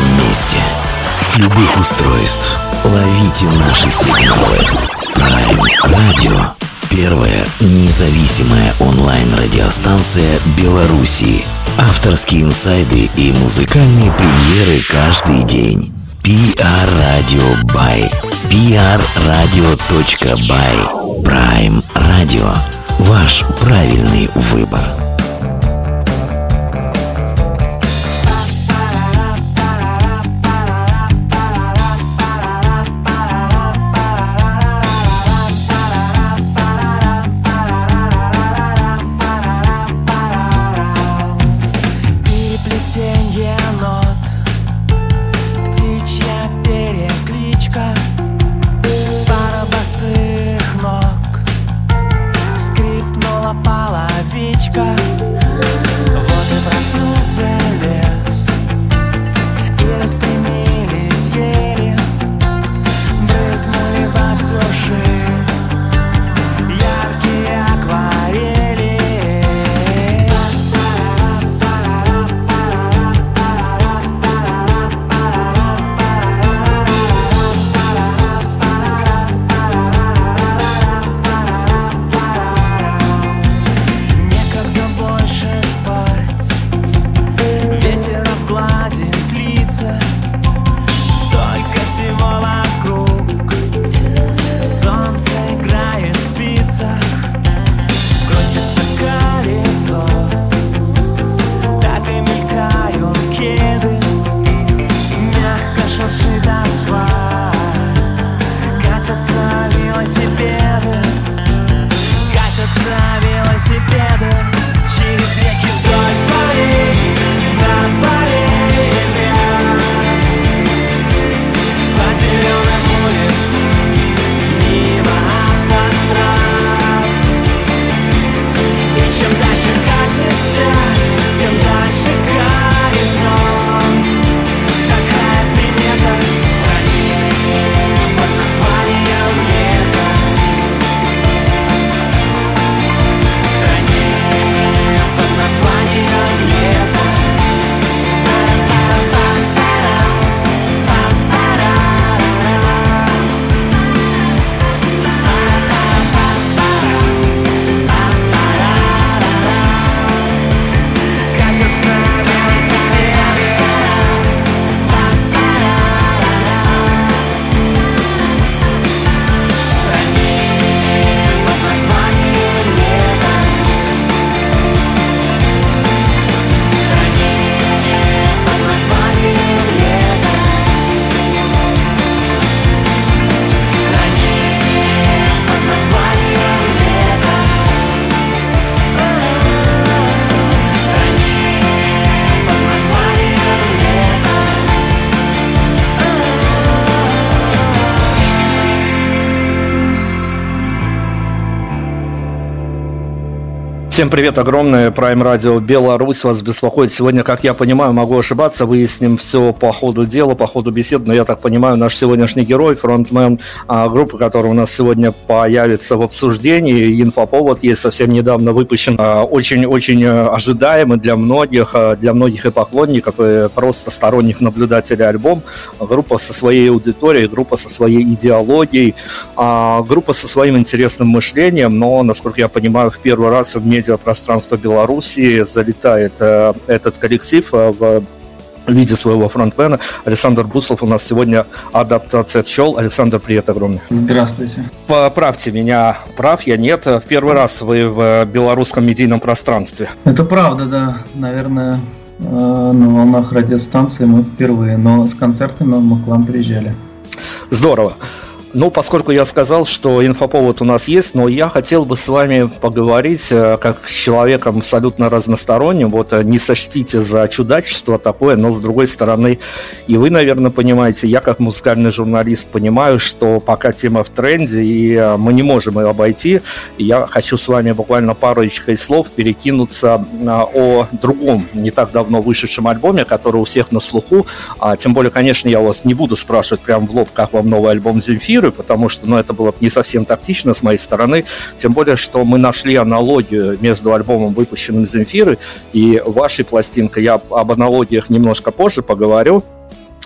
любом месте, с любых устройств. Ловите наши сигналы. Prime Radio. Первая независимая онлайн-радиостанция Беларуси. Авторские инсайды и музыкальные премьеры каждый день. PR Radio by prradio.by. Prime Radio. Ваш правильный выбор. Всем привет огромное, Prime Radio Беларусь вас беспокоит. Сегодня, как я понимаю, могу ошибаться, выясним все по ходу дела, по ходу беседы, но я так понимаю, наш сегодняшний герой, фронтмен группы, который у нас сегодня появится в обсуждении, инфоповод есть совсем недавно выпущен, очень-очень ожидаемый для многих и поклонников, и просто сторонних наблюдателей альбом. Группа со своей аудиторией, группа со своей идеологией, группа со своим интересным мышлением, но, насколько я понимаю, в первый раз в медиапространство Беларуси залетает этот коллектив в виде своего фронтмена. Александр Буслов у нас сегодня «Адаптация пчел». Александр, привет огромный. Здравствуйте. Поправьте меня, прав я, нет? В первый раз вы в белорусском медийном пространстве. Это правда, да. Наверное, на волнах радиостанции мы впервые, но с концертами мы к вам приезжали. Здорово. Ну, поскольку я сказал, что инфоповод у нас есть, но я хотел бы с вами поговорить как с человеком абсолютно разносторонним. Вот не сочтите за чудачество такое, но с другой стороны, и вы, наверное, понимаете, я как музыкальный журналист понимаю, что пока тема в тренде, и мы не можем ее обойти. И я хочу с вами буквально парочкой слов перекинуться о другом, не так давно вышедшем альбоме, который у всех на слуху. Тем более, конечно, я вас не буду спрашивать прямо в лоб, как вам новый альбом «Земфиры», потому что, это было не совсем тактично с моей стороны, тем более, что мы нашли аналогию между альбомом, выпущенным «Земфиры», и вашей пластинкой. Я об аналогиях немножко позже поговорю.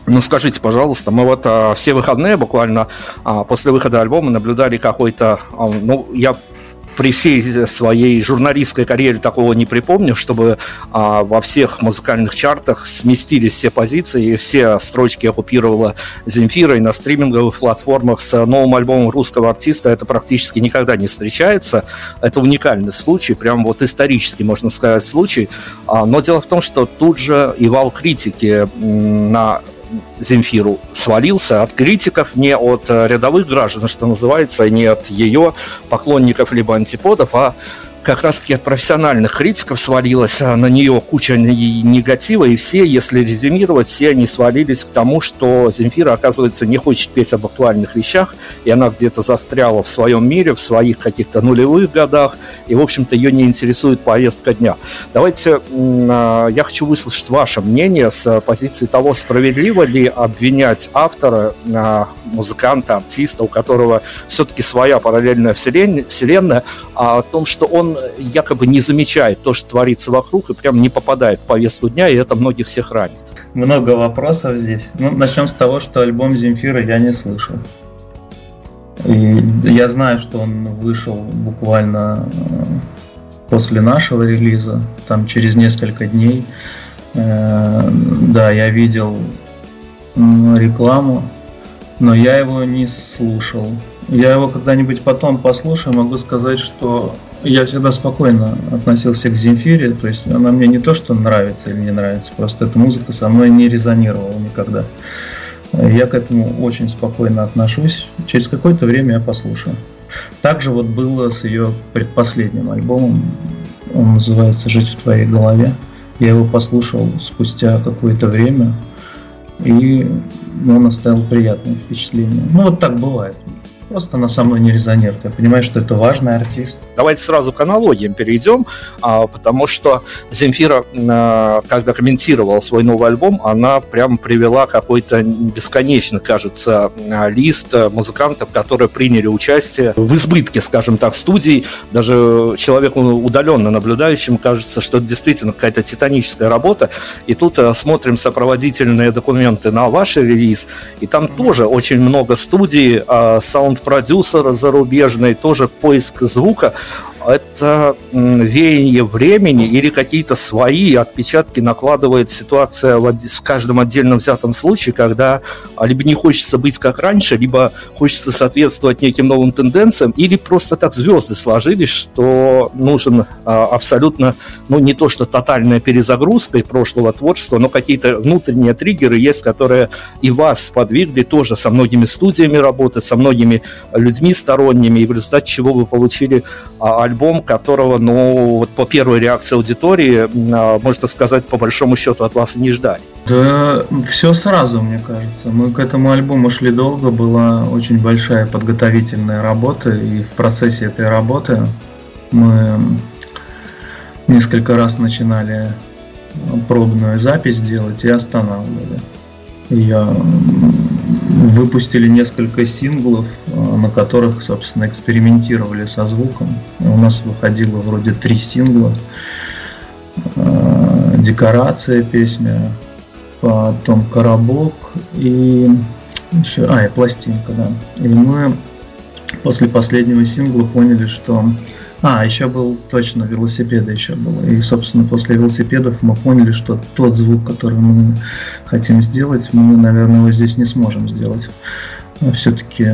Ну, скажите, пожалуйста, мы вот все выходные буквально после выхода альбома наблюдали какой-то, я при всей своей журналистской карьере такого не припомню, чтобы во всех музыкальных чартах сместились все позиции, и все строчки оккупировала Земфира, и на стриминговых платформах с новым альбомом русского артиста это практически никогда не встречается. Это уникальный случай, прям вот исторический, можно сказать, случай. Но дело в том, что тут же и вал критики на Земфиру свалился от критиков, не от рядовых граждан, что называется, не от ее поклонников либо антиподов, а как раз-таки от профессиональных критиков свалилась на нее куча негатива, и все, если резюмировать, все они свалились к тому, что Земфира, оказывается, не хочет петь об актуальных вещах, и она где-то застряла в своем мире, в своих каких-то нулевых годах, и, в общем-то, ее не интересует повестка дня. Давайте, я хочу выслушать ваше мнение с позиции того, справедливо ли обвинять автора, музыканта, артиста, у которого все-таки своя параллельная вселенная, о том, что он якобы не замечает то, что творится вокруг, и прям не попадает в повестку дня, и это многих всех ранит. Много вопросов здесь. Начнем с того, что альбом Земфиры я не слышал. И я знаю, что он вышел буквально после нашего релиза, там через несколько дней. Да, я видел рекламу, но я его не слушал. Я его когда-нибудь потом послушаю, могу сказать, что я всегда спокойно относился к Земфире, то есть она мне не то, что нравится или не нравится, просто эта музыка со мной не резонировала никогда. Я к этому очень спокойно отношусь, через какое-то время я послушаю. Также вот было с ее предпоследним альбомом, он называется «Жить в твоей голове». Я его послушал спустя какое-то время, и он оставил приятное впечатление. Вот так бывает. Просто она со мной не резонирует. Я понимаю, что это важный артист. Давайте сразу к аналогиям перейдем, потому что Земфира, когда комментировала свой новый альбом, она прям привела какой-то бесконечно, кажется, лист музыкантов, которые приняли участие в избытке, скажем так, студий. Даже человеку удаленно наблюдающему кажется, что это действительно какая-то титаническая работа. И тут смотрим сопроводительные документы на ваш релиз, и там тоже очень много студий, саунд-продюсер зарубежный, тоже поиск звука. Это веяние времени или какие-то свои отпечатки накладывает ситуация в каждом отдельном взятом случае, когда либо не хочется быть как раньше, либо хочется соответствовать неким новым тенденциям, или просто так звезды сложились, что нужен абсолютно, не то что тотальная перезагрузка прошлого творчества, но какие-то внутренние триггеры есть, которые и вас подвигли тоже со многими студиями работать, со многими людьми сторонними, и в результате чего вы получили альбом, которого, по первой реакции аудитории, можно сказать, по большому счету от вас и не ждали. Да, все сразу, мне кажется. Мы к этому альбому шли долго, была очень большая подготовительная работа, и в процессе этой работы мы несколько раз начинали пробную запись делать и останавливали. Выпустили несколько синглов, на которых, собственно, экспериментировали со звуком. У нас выходило вроде 3 сингла. «Декорация» песня, потом «Коробок» и еще, и «Пластинка», да. И мы после последнего сингла поняли, что... еще был, точно, «Велосипеды» еще было. И, собственно, после «Велосипедов» мы поняли, что тот звук, который мы хотим сделать, мы, наверное, его здесь не сможем сделать. Все-таки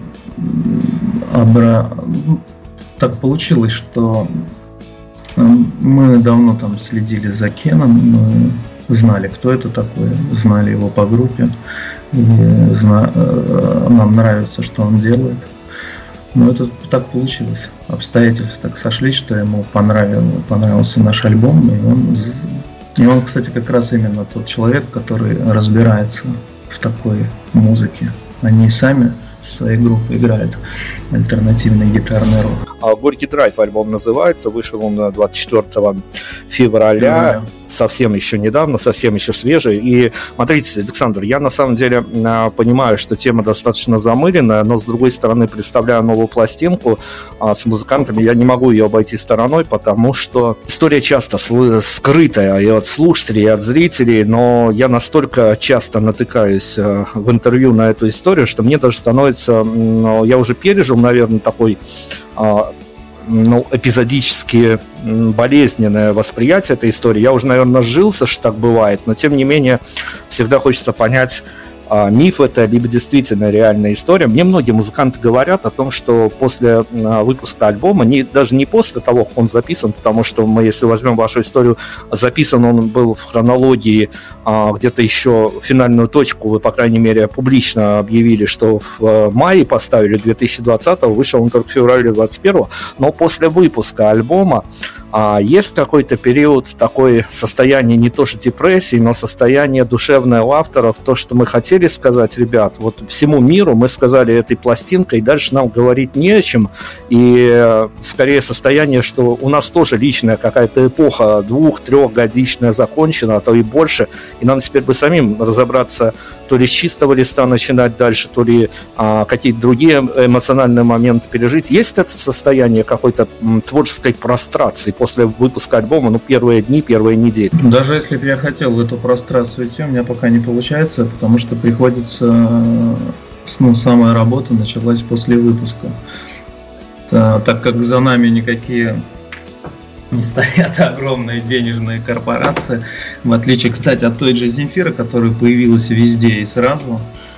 так получилось, что мы давно там следили за Кеном, мы знали, кто это такой, знали его по группе, и нам нравится, что он делает. Но это так получилось. Обстоятельства так сошлись, что ему понравился наш альбом. И он, кстати, как раз именно тот человек, который разбирается в такой музыке. Они сами в своей группе играют альтернативный гитарный рок. «Горький драйв» альбом называется, вышел он 24 февраля, совсем еще недавно, совсем еще свежий. И смотрите, Александр, я на самом деле понимаю, что тема достаточно замыленная, но с другой стороны, представляя новую пластинку с музыкантами, я не могу ее обойти стороной, потому что история часто скрытая и от слушателей, и от зрителей, но я настолько часто натыкаюсь в интервью на эту историю, что мне даже становится, я уже пережил, наверное, такой эпизодически болезненное восприятие этой истории. Я уже, наверное, сжился, что так бывает, но тем не менее всегда хочется понять, миф это, либо действительно реальная история. Мне многие музыканты говорят о том, что после выпуска альбома, даже не после того, как он записан, потому что мы, если возьмем вашу историю, записан он был в хронологии где-то еще финальную точку, вы, по крайней мере, публично объявили, что в мае поставили 2020-го, вышел он только в феврале 2021-го, но после выпуска альбома есть какой-то период, такое состояние не то что депрессии, но состояние душевное у авторов, то, что мы хотели сказать, ребят, вот всему миру мы сказали этой пластинкой, и дальше нам говорить не о чем, и скорее состояние, что у нас тоже личная какая-то эпоха 2-3-годичная закончена, а то и больше, и нам теперь бы самим разобраться, то ли с чистого листа начинать дальше, то ли какие-то другие эмоциональные моменты пережить. Есть это состояние какой-то творческой прострации после выпуска альбома, первые дни, первые недели? Даже если бы я хотел в эту прострацию идти, у меня пока не получается, потому что приходится, самая работа началась после выпуска. Так как за нами никакие не стоят огромные денежные корпорации, в отличие, кстати, от той же Земфиры, которая появилась везде и сразу,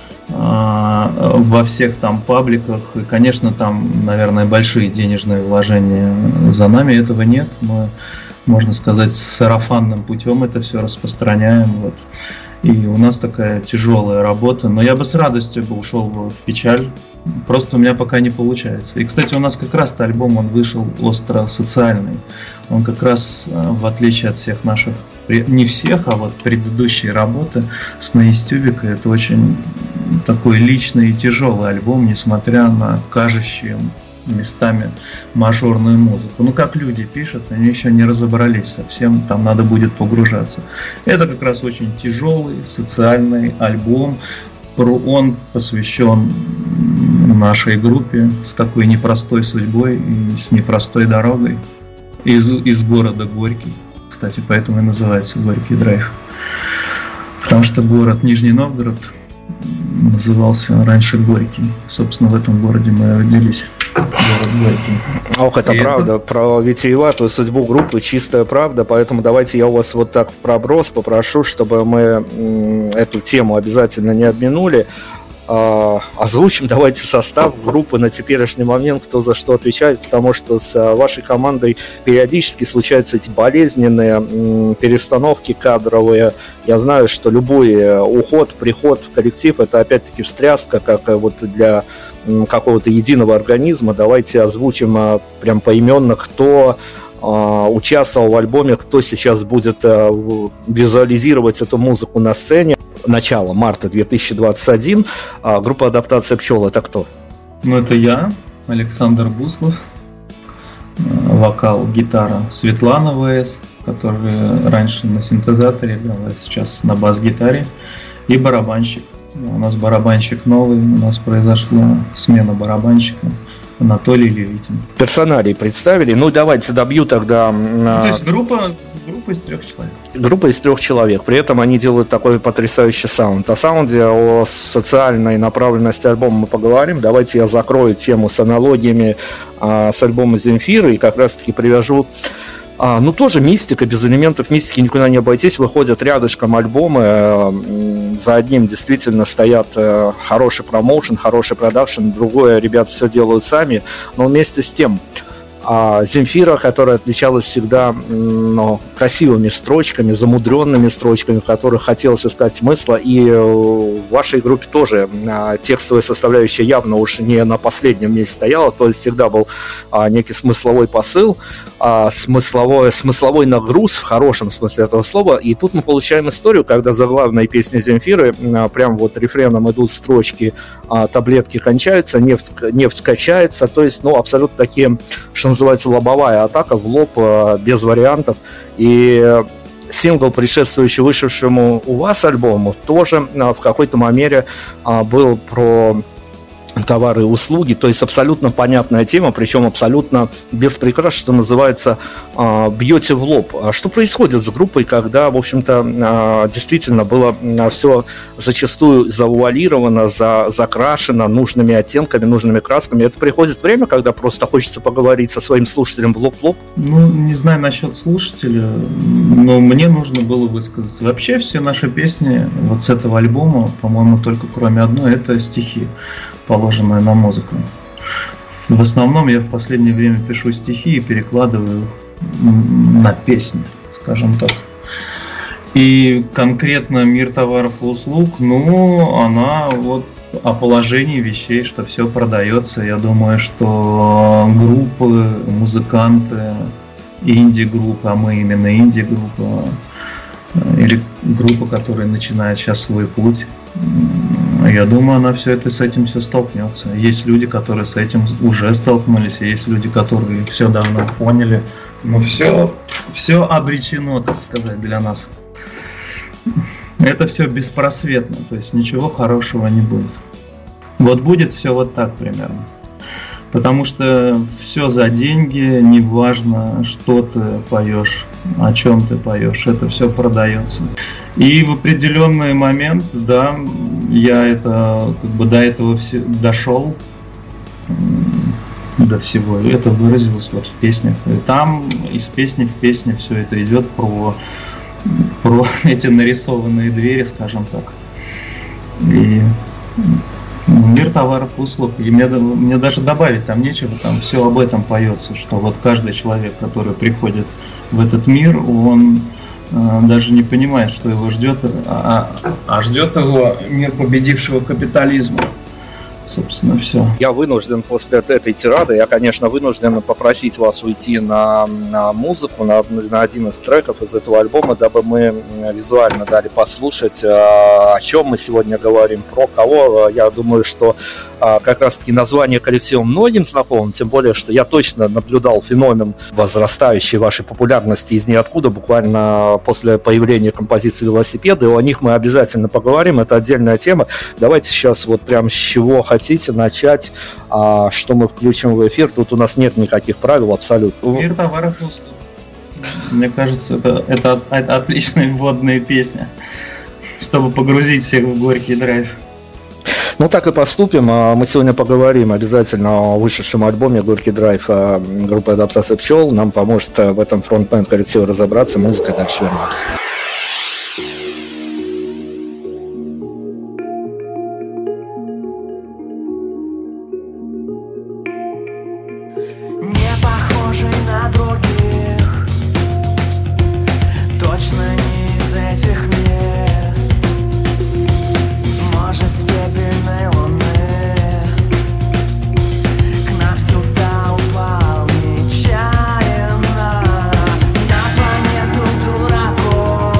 во всех там пабликах, и, конечно, там, наверное, большие денежные вложения. За нами этого нет. Мы, можно сказать, сарафанным путем это все распространяем. Вот. И у нас такая тяжелая работа. Но я бы с радостью ушел в печаль. Просто у меня пока не получается. И, кстати, у нас как раз-то альбом, он вышел остро социальный. Он как раз, в отличие от всех наших, не всех, а вот предыдущие работы с Наистюбикой, это очень такой личный и тяжелый альбом, несмотря на кажущие местами мажорную музыку. Как люди пишут, они еще не разобрались совсем, там надо будет погружаться. Это как раз очень тяжелый социальный альбом. Он посвящен нашей группе с такой непростой судьбой и с непростой дорогой из города Горький. Кстати, поэтому и называется «Горький драйв». Потому что город Нижний Новгород назывался раньше Горький. Собственно, в этом городе мы родились. Город Горький. Ох, это правда. Про витиеватую судьбу группы чистая правда. Поэтому давайте я у вас вот так в проброс попрошу, чтобы мы эту тему обязательно не обминули. Озвучим давайте состав группы на теперешний момент, кто за что отвечает, потому что с вашей командой периодически случаются эти болезненные перестановки кадровые. Я знаю, что любой уход, приход в коллектив — это опять-таки встряска, как вот для какого-то единого организма. Давайте озвучим прям поименно, кто участвовал в альбоме, кто сейчас будет визуализировать эту музыку на сцене. Начало марта 2021. Группа «Адаптация пчел» — это кто? Это я, Александр Буслов. Вокал, гитара Светлана ВС, которая раньше на синтезаторе играла, сейчас на бас-гитаре. И барабанщик. У нас барабанщик новый, у нас произошла смена барабанщика. Анатолий Левитин. Персоналей представили. Давайте добью тогда. То есть группа из 3 человек. Группа из 3 человек. При этом они делают такой потрясающий саунд. О саунде, о социальной направленности альбома мы поговорим. Давайте я закрою тему с аналогиями с альбома Земфиры и как раз-таки привяжу. Тоже мистика, без элементов мистики никуда не обойтись. Выходят рядышком альбомы, за одним действительно стоят хороший промоушен, хороший продакшн, другое ребята все делают сами, но вместе с тем Земфира, которая отличалась всегда красивыми строчками, замудренными строчками, в которых хотелось искать смысла, и в вашей группе тоже текстовая составляющая явно уж не на последнем месте стояла, то есть всегда был некий смысловой посыл. смысловой нагруз в хорошем смысле этого слова. И тут мы получаем историю, когда заглавная песня Земфиры, прям вот рефреном идут строчки: таблетки кончаются, нефть качается. То есть, абсолютно такие, что называется, лобовая атака в лоб, без вариантов. И сингл, предшествующий вышедшему у вас альбому, тоже в какой-то мере был про товары и услуги, то есть абсолютно понятная тема, причем абсолютно без прикрас, что называется, бьете в лоб. А что происходит с группой, когда, в общем-то, действительно было все зачастую завуалировано, закрашено нужными оттенками, нужными красками? Это приходит время, когда просто хочется поговорить со своим слушателем в лоб-лоб? Не знаю насчет слушателя, но мне нужно было высказаться. Вообще все наши песни вот с этого альбома, по-моему, только кроме одной, это стихи, положенные на музыку. В основном я в последнее время пишу стихи и перекладываю на песни, скажем так. И конкретно «Мир товаров и услуг», она вот о положении вещей, что все продается. Я думаю, что группы, музыканты, инди-группы, а мы именно инди-группа, или группа, которая начинает сейчас свой путь, я думаю, она с этим все столкнется. Есть люди, которые с этим уже столкнулись, и есть люди, которые все давно поняли. Но все обречено, так сказать, для нас. Это все беспросветно, то есть ничего хорошего не будет. Вот будет все вот так примерно. Потому что все за деньги, неважно, что ты поешь, о чем ты поешь, это все продается. И в определенный момент, да, я до этого дошел, до всего. Это выразилось вот в песнях. И там из песни в песню все это идет про эти нарисованные двери, скажем так. И «Мир товаров и услуг». И мне даже добавить там нечего, там все об этом поется, что вот каждый человек, который приходит в этот мир, он даже не понимает, что его ждет, а ждет его мир победившего капитализма. Собственно, все. Я вынужден после этой тирады, конечно, вынужден попросить вас уйти на музыку, на один из треков из этого альбома, дабы мы визуально дали послушать, о чем мы сегодня говорим, про кого. Я думаю, что как раз-таки название коллектива многим знакомо, тем более, что я точно наблюдал феномен возрастающей вашей популярности из ниоткуда, буквально после появления композиции «Велосипеды». О них мы обязательно поговорим, это отдельная тема. Давайте сейчас вот прям с чего хотите начать, что мы включим в эфир. Тут у нас нет никаких правил абсолютно. «Мир товаров и услуг». Мне кажется, это отличная вводная песня, чтобы погрузить всех в горький драйв. Так и поступим. Мы сегодня поговорим обязательно о вышедшем альбоме «Горький драйв» группы «Адаптация пчел». Нам поможет в этом фронтмен коллектива разобраться. Музыка, дальше вернемся. На планету дураков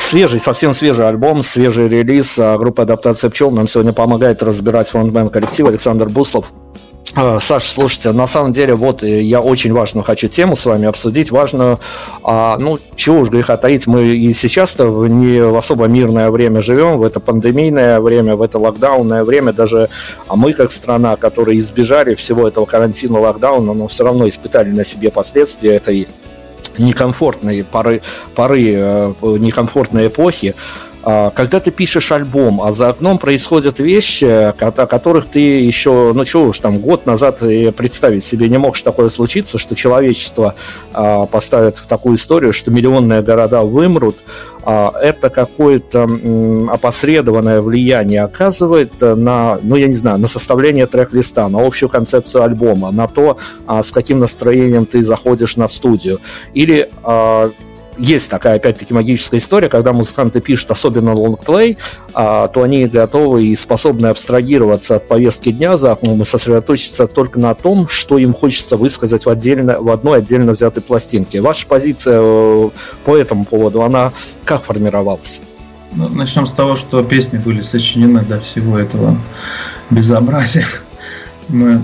совсем свежий альбом, свежий релиз. Группа «Адаптация пчел» нам сегодня помогает разбирать фронтмен коллектива Александр Буслов. Саш, слушайте, на самом деле, вот я очень важную хочу тему с вами обсудить, важную, чего уж греха таить, мы и сейчас-то не в особо мирное время живем, в это пандемийное время, в это локдаунное время, даже мы, как страна, которые избежали всего этого карантина, локдауна, но все равно испытали на себе последствия этой некомфортной поры некомфортной эпохи. Когда ты пишешь альбом, а за окном происходят вещи, о которых ты еще, год назад представить себе не мог, что такое случится, что человечество поставит в такую историю, что миллионные города вымрут, это какое-то опосредованное влияние оказывает на составление трек-листа, на общую концепцию альбома, на то, с каким настроением ты заходишь на студию. Или есть такая, опять-таки, магическая история, когда музыканты пишут, особенно лонгплей, то они готовы и способны абстрагироваться от повестки дня за окном и сосредоточиться только на том, что им хочется высказать в одной отдельно взятой пластинке. Ваша позиция по этому поводу, она как формировалась? Начнем с того, что песни были сочинены до всего этого безобразия. Мы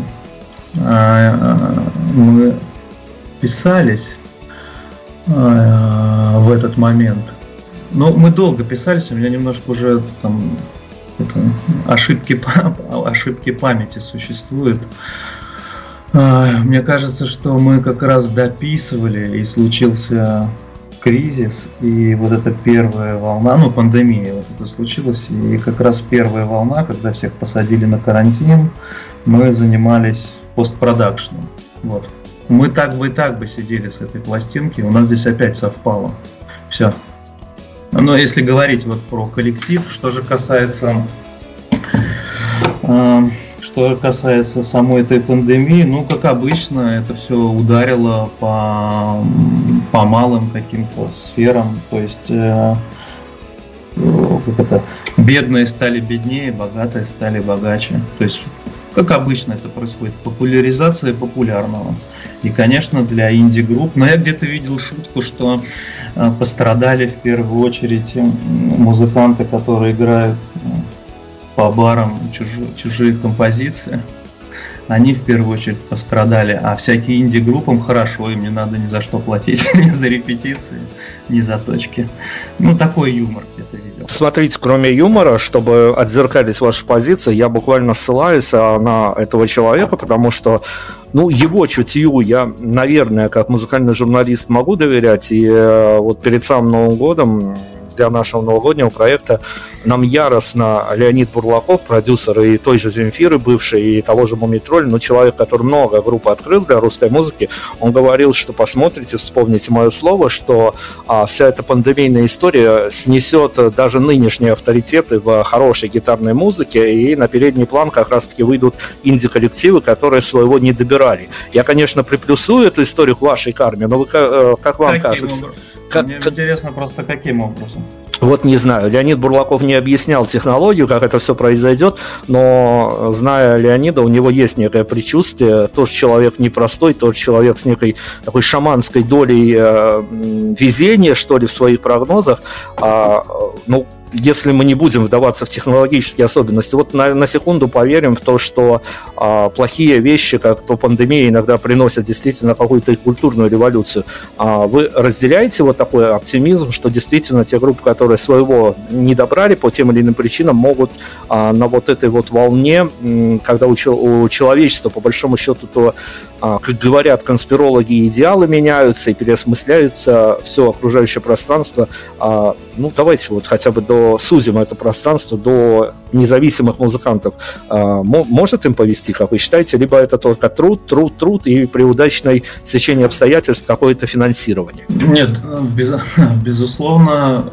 писались в этот момент. Но мы долго писались, у меня немножко уже там ошибки памяти существуют. Мне кажется, что мы как раз дописывали, и случился кризис, и вот эта первая волна, пандемия вот это случилась, и как раз первая волна, когда всех посадили на карантин, мы занимались постпродакшном. Вот. Мы так бы сидели с этой пластинки, у нас здесь опять совпало. Все. Но если говорить вот про коллектив, что же касается самой этой пандемии, как обычно, это все ударило по малым каким-то сферам, то есть бедные стали беднее, богатые стали богаче. То есть, как обычно это происходит, популяризация популярного. И, конечно, для инди-групп, но я где-то видел шутку, что пострадали в первую очередь музыканты, которые играют по барам чужие композиции. Они в первую очередь пострадали, а всякие инди-группам хорошо, им не надо ни за что платить, ни за репетиции, ни за точки. Такой юмор где-то видел. Смотрите, кроме юмора, чтобы отзеркалить вашу позицию, я буквально ссылаюсь на этого человека, потому что его чутью я, наверное, как музыкальный журналист могу доверять, и вот перед самым Новым годом для нашего новогоднего проекта нам яростно Леонид Бурлаков, продюсер и той же Земфиры бывший, и того же Мумий-тролль, человек, который много групп открыл для русской музыки, он говорил, что посмотрите, вспомните мое слово, что вся эта пандемийная история снесет даже нынешние авторитеты в хорошей гитарной музыке, и на передний план как раз-таки выйдут инди-коллективы, которые своего не добирали. Я, конечно, приплюсую эту историю к вашей карме, но вы, как вам кажется? Мне интересно просто, каким образом? Вот не знаю, Леонид Бурлаков не объяснял технологию, как это все произойдет, но, зная Леонида, у него есть некое предчувствие, тоже человек непростой, тоже человек с некой такой шаманской долей везения, что ли, в своих прогнозах. Если мы не будем вдаваться в технологические особенности, вот на секунду поверим в то, что плохие вещи, как то пандемия, иногда приносят действительно какую-то культурную революцию. Вы разделяете вот такой оптимизм, что действительно те группы, которые своего не добрали по тем или иным причинам, могут на вот этой вот волне, когда у человечества, по большому счету, то, как говорят конспирологи, идеалы меняются и переосмысляются, все окружающее пространство. Давайте вот хотя бы сузим это пространство до независимых музыкантов. Может им повести, как вы считаете, либо это только труд и при удачной стечении обстоятельств какое-то финансирование? Нет, безусловно,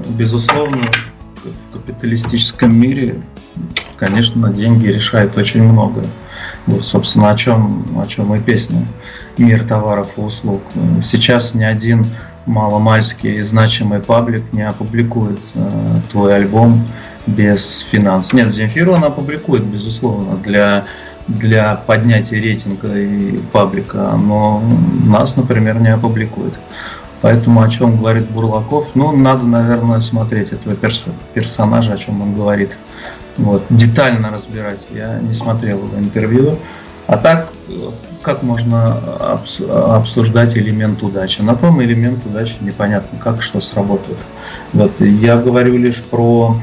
в капиталистическом мире, конечно, деньги решают очень многое. Вот, собственно, о чем и песня «Мир товаров и услуг». Сейчас ни один маломальский значимый паблик не опубликует твой альбом без финансов. Нет, Земфиру она опубликует, безусловно, для поднятия рейтинга и паблика, но нас, например, не опубликует. Поэтому о чем говорит Бурлаков, надо, наверное, смотреть этого персонажа, о чем он говорит. Вот, детально разбирать. Я не смотрел его интервью. А так, как можно обсуждать элемент удачи? На том элемент удачи непонятно, как что сработает. Вот, я говорю лишь про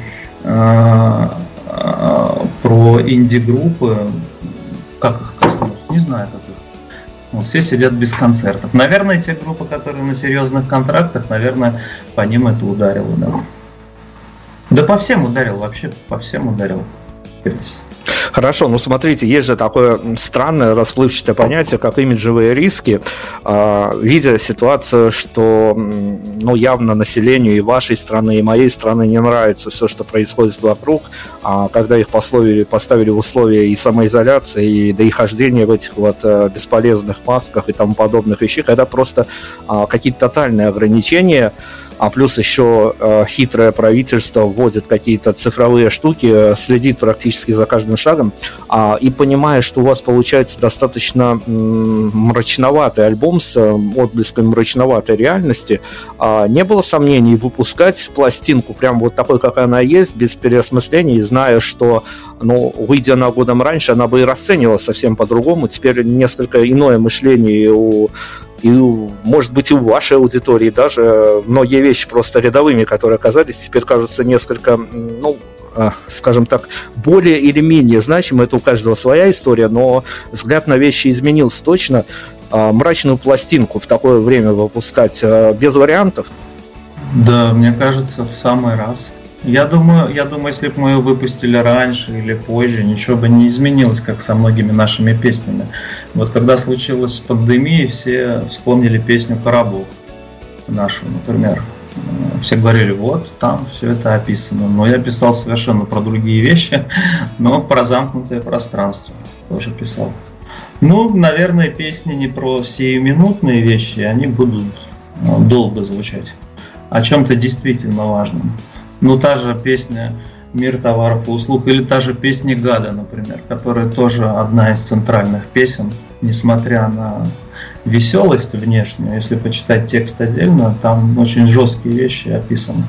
инди-группы, как их коснуться, не знаю, как их. Все сидят без концертов. Наверное, те группы, которые на серьезных контрактах, наверное, по ним это ударило, да. Да по всем ударил, вообще по всем ударил. Хорошо, смотрите, есть же такое странное расплывчатое понятие, как имиджевые риски. Видя ситуацию, что явно населению и вашей страны, и моей страны не нравится все, что происходит вокруг, когда их поставили в условия и самоизоляции, и хождения в этих бесполезных масках и тому подобных вещей, когда просто какие-то тотальные ограничения, а плюс еще хитрое правительство вводит какие-то цифровые штуки, следит практически за каждым шагом, и понимая, что у вас получается достаточно мрачноватый альбом с отблеском мрачноватой реальности, не было сомнений выпускать пластинку прям вот такой, как она есть, без переосмыслений, зная, что, выйдя на годом раньше, она бы и расценивалась совсем по-другому. Теперь несколько иное мышление и, может быть, и у вашей аудитории даже многие вещи просто рядовыми, которые оказались, теперь кажутся несколько, скажем так, более или менее значимы. Это у каждого своя история, но взгляд на вещи изменился точно. Мрачную пластинку в такое время выпускать без вариантов? Да, мне кажется, в самый раз. Я думаю, если бы мы ее выпустили раньше или позже, ничего бы не изменилось, как со многими нашими песнями. Вот когда случилась пандемия, все вспомнили песню «Коробок» нашу, например. Все говорили, вот, там все это описано. Но я писал совершенно про другие вещи, но про замкнутое пространство тоже писал. Наверное, песни не про сиюминутные вещи, они будут долго звучать. О чем-то действительно важном. Та же песня «Мир товаров и услуг» или та же песня «Гада», например, которая тоже одна из центральных песен, несмотря на веселость внешнюю. Если почитать текст отдельно, там очень жесткие вещи описаны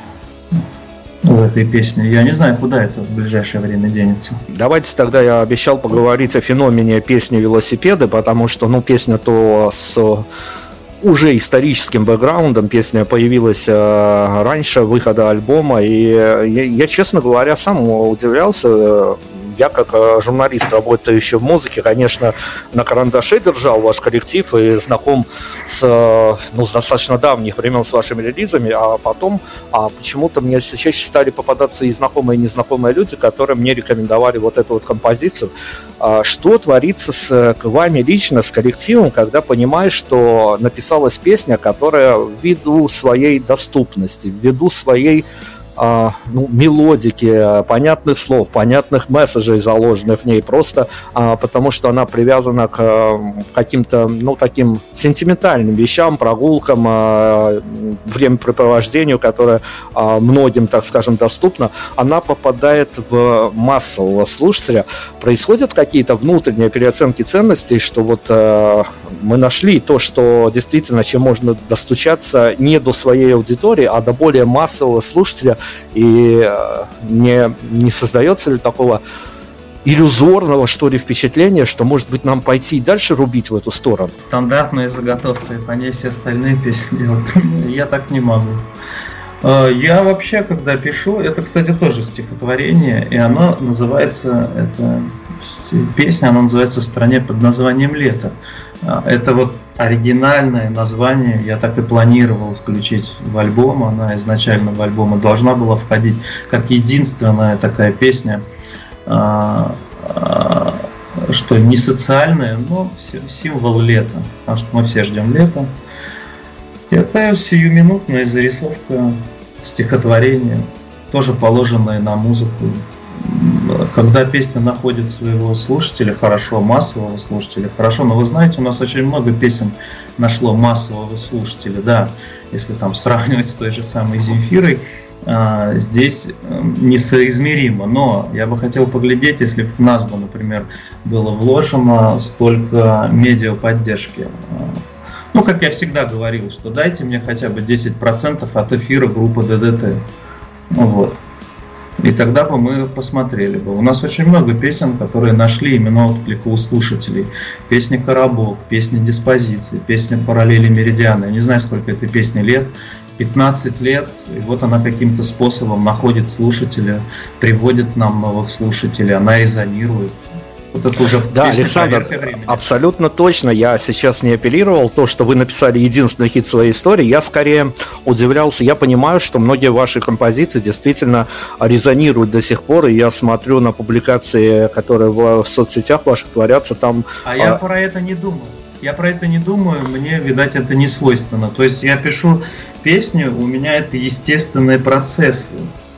в этой песне. Я не знаю, куда это в ближайшее время денется. Давайте тогда, я обещал поговорить о феномене песни «Велосипеды», потому что, песня то с уже историческим бэкграундом, песня появилась раньше выхода альбома, и я, честно говоря, сам удивлялся. Я, как журналист, работающий в музыке, конечно, на карандаше держал ваш коллектив и знаком с достаточно давних времен с вашими релизами, а потом почему-то мне все чаще стали попадаться и знакомые, и незнакомые люди, которые мне рекомендовали вот эту композицию. Что творится с вами лично, с коллективом, когда понимаешь, что написалась песня, которая ввиду своей доступности, ввиду своей мелодики, понятных слов, понятных месседжей, заложенных в ней, просто потому что она привязана к каким-то, таким сентиментальным вещам, прогулкам, времяпрепровождению, которое многим, так скажем, доступно, она попадает в массового слушателя. Происходят какие-то внутренние переоценки ценностей, что мы нашли то, что действительно, чем можно достучаться не до своей аудитории, а до более массового слушателя. И не создается ли такого иллюзорного, что ли, впечатления, что, может быть, нам пойти и дальше рубить в эту сторону? Стандартная заготовка, и по ней все остальные песни делать. Я так не могу. Я вообще, когда пишу, это, кстати, тоже стихотворение, и оно называется, песня, она называется «В стране под названием «Лето». Это оригинальное название, я так и планировал включить в альбом, она изначально в альбом должна была входить как единственная такая песня, что не социальная, но символ лета, потому что мы все ждем лета. Это сиюминутная зарисовка стихотворения, тоже положенная на музыку. Когда песня находит своего слушателя, хорошо, массового слушателя, хорошо, но вы знаете, у нас очень много песен нашло массового слушателя, да, если там сравнивать с той же самой Земфирой, здесь несоизмеримо, но я бы хотел поглядеть, если бы в нас бы, например, было вложено столько медиаподдержки. Ну, как я всегда говорил, что дайте мне хотя бы 10% от эфира группы ДДТ. Вот. И тогда бы мы посмотрели бы. У нас очень много песен, которые нашли именно отклик у слушателей. Песня «Коробок», песня «Диспозиции», песня «Параллели Меридиана». Я не знаю, сколько этой песни лет. 15 лет, и вот она каким-то способом находит слушателя, приводит нам новых слушателей, она резонирует. Вот это уже да, Александр, абсолютно точно. Я сейчас не апеллировал то, что вы написали единственный хит своей истории. Я скорее удивлялся. Я понимаю, что многие ваши композиции действительно резонируют до сих пор. И я смотрю на публикации, которые в соцсетях ваших творятся там. Я про это не думаю. Мне, видать, это не свойственно. То есть я пишу песню, у меня это естественный процесс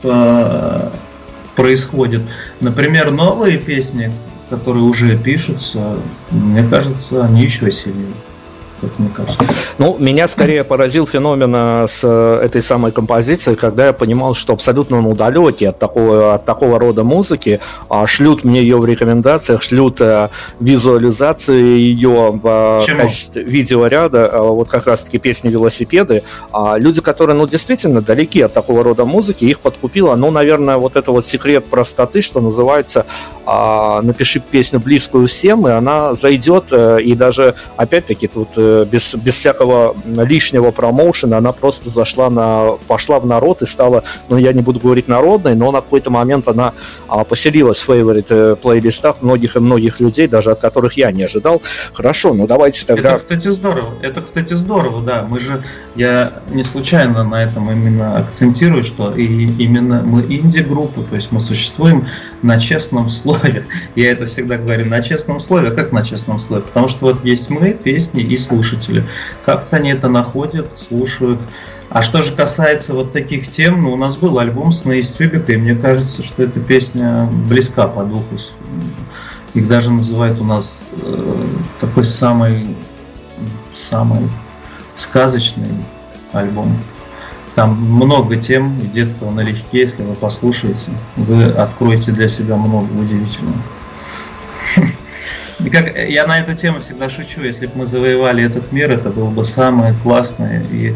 происходит. Например, новые песни, которые уже пишутся, мне кажется, они еще сильнее. Как мне кажется. Ну, меня скорее поразил феномен с этой самой композицией, когда я понимал, что абсолютно на удаленке от такого рода музыки шлют мне ее в рекомендациях, шлют визуализацию ее в качестве видеоряда, вот как раз-таки песни «Велосипеды». Люди, которые, действительно далеки от такого рода музыки, их подкупило, наверное, вот это вот секрет простоты, что называется, напиши песню близкую всем, и она зайдет, и даже, опять-таки, тут без всякого лишнего промоушена она просто пошла в народ и стала, я не буду говорить народной, но на какой-то момент она поселилась в фейворит плейлистах многих и многих людей, даже от которых я не ожидал. Хорошо, давайте тогда... Это, кстати, здорово, да. Я не случайно на этом именно акцентирую, что именно мы инди-группа, то есть мы существуем на честном слове. Я это всегда говорю, на честном слове. А как на честном слове? Потому что вот есть мы, песни и слушатели. Как-то они это находят, слушают. А что же касается вот таких тем, у нас был альбом с Нейс Тюбика, и мне кажется, что эта песня близка по духу. Их даже называют у нас такой самый сказочный альбом. Там много тем, и детство налегке, если вы послушаете, вы откроете для себя много удивительного. Я на эту тему всегда шучу, если бы мы завоевали этот мир, это было бы самое классное и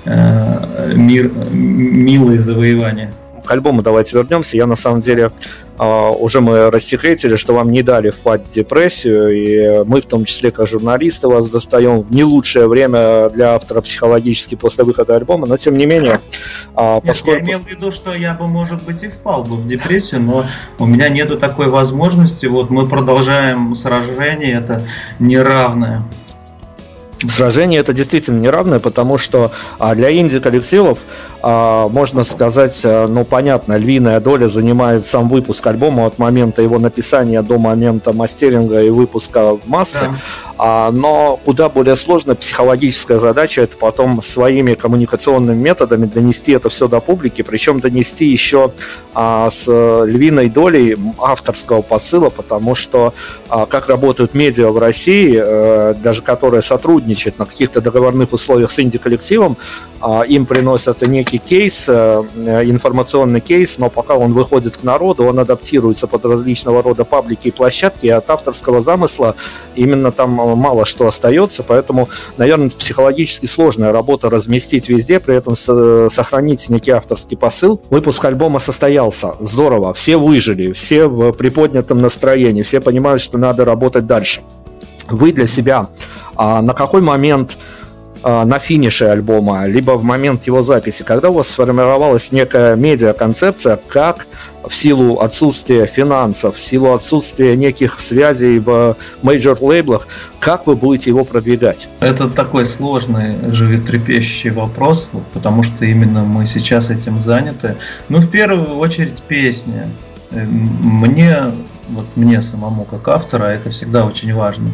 милое завоевание. К альбому давайте вернемся. Я на самом деле уже мы рассекретили, что вам не дали впасть в депрессию, и мы в том числе как журналисты вас достаем в не лучшее время для автора психологически после выхода альбома, но тем не менее... поскольку... Я имел в виду, что я бы, может быть, и впал бы в депрессию, но у меня нету такой возможности. Вот мы продолжаем сражение, это неравное. Сражение это действительно неравное, потому что для инди-коллективов, можно сказать, понятно, львиная доля занимает сам выпуск альбома от момента его написания до момента мастеринга и выпуска в массы. Да. Но куда более сложная психологическая задача — это потом своими коммуникационными методами донести это все до публики, причем донести еще с львиной долей авторского посыла, потому что как работают медиа в России, даже которые сотрудничают на каких-то договорных условиях с инди-коллективом, им приносят некий кейс, информационный кейс, но пока он выходит к народу, он адаптируется под различного рода паблики и площадки, и от авторского замысла именно там мало что остается, поэтому, наверное, это психологически сложная работа разместить везде, при этом сохранить некий авторский посыл. Выпуск альбома состоялся, здорово, все выжили, все в приподнятом настроении, все понимают, что надо работать дальше. Вы для себя на какой момент на финише альбома, либо в момент его записи, когда у вас сформировалась некая медиа-концепция, как в силу отсутствия финансов, в силу отсутствия неких связей в мейджор-лейблах, как вы будете его продвигать? Это такой сложный, животрепещущий вопрос, потому что именно мы сейчас этим заняты. В первую очередь песня. Мне самому как автора это всегда очень важно.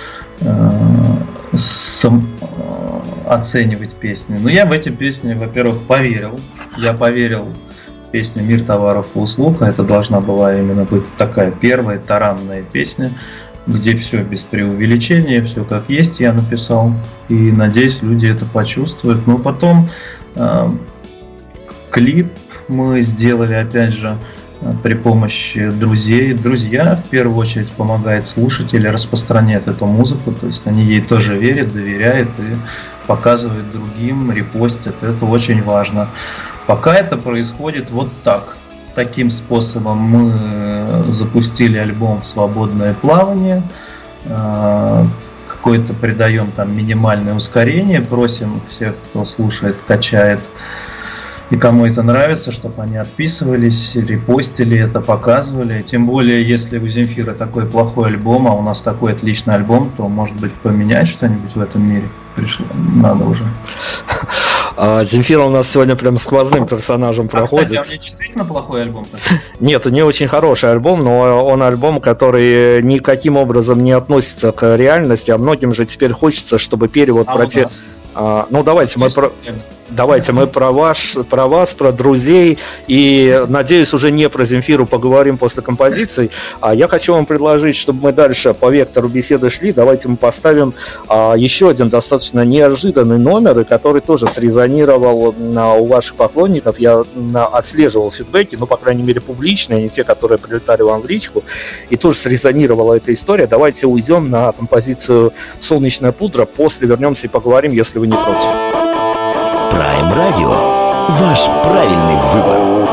Оценивать песни. Но я в эти песни, во-первых, поверил. Я поверил в песню «Мир товаров и услуг». Это должна была именно быть такая первая таранная песня, где все без преувеличения, все как есть я написал. И надеюсь, люди это почувствуют. Но потом клип мы сделали, опять же, при помощи друзей. Друзья, в первую очередь, помогают слушателям распространять эту музыку, то есть они ей тоже верят, доверяют и показывают другим, репостят. Это очень важно. Пока это происходит вот так. Таким способом мы запустили альбом в свободное плавание. Какое-то придаем там минимальное ускорение, просим всех, кто слушает, качает, и кому это нравится, чтобы они отписывались, репостили это, показывали. Тем более, если у Земфира такой плохой альбом, а у нас такой отличный альбом, то, может быть, поменять что-нибудь в этом мире пришло. Надо уже. Земфира у нас сегодня прям сквозным персонажем проходит. Кстати, у нее действительно плохой альбом? Нет, у нее очень хороший альбом, но он альбом, который никаким образом не относится к реальности, а многим же теперь хочется, чтобы перевод про те... Ну, давайте мы про вас, про друзей, и, надеюсь, уже не про Земфиру поговорим после композиции. А я хочу вам предложить, чтобы мы дальше по вектору беседы шли. Давайте мы поставим еще один достаточно неожиданный номер, и который тоже срезонировал у ваших поклонников. Я отслеживал фидбэки, ну, по крайней мере, публичные, а не те, которые прилетали вам в личку, и тоже срезонировала эта история. Давайте уйдем на композицию «Солнечная пудра», после вернемся и поговорим, если вы не против. Prime Radio. Ваш правильный выбор.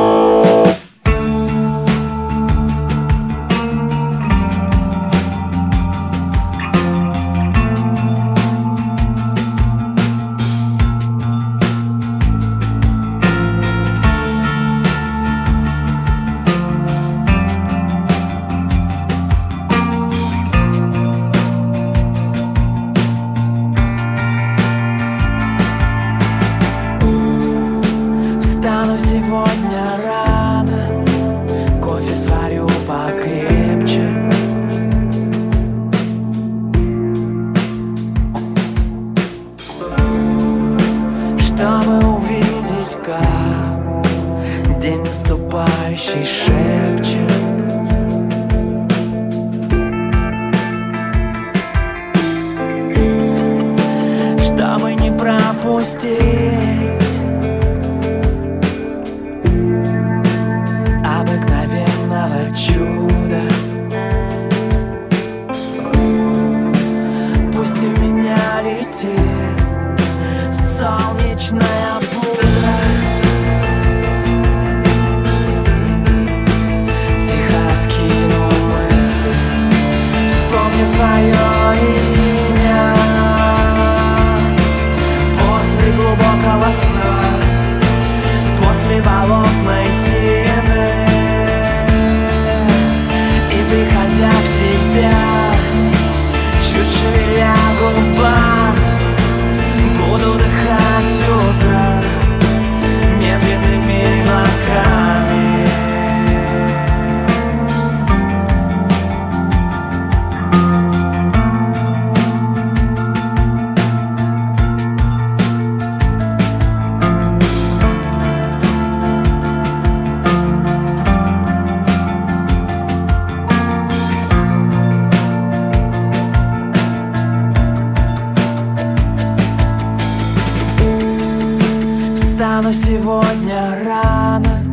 Сегодня рано,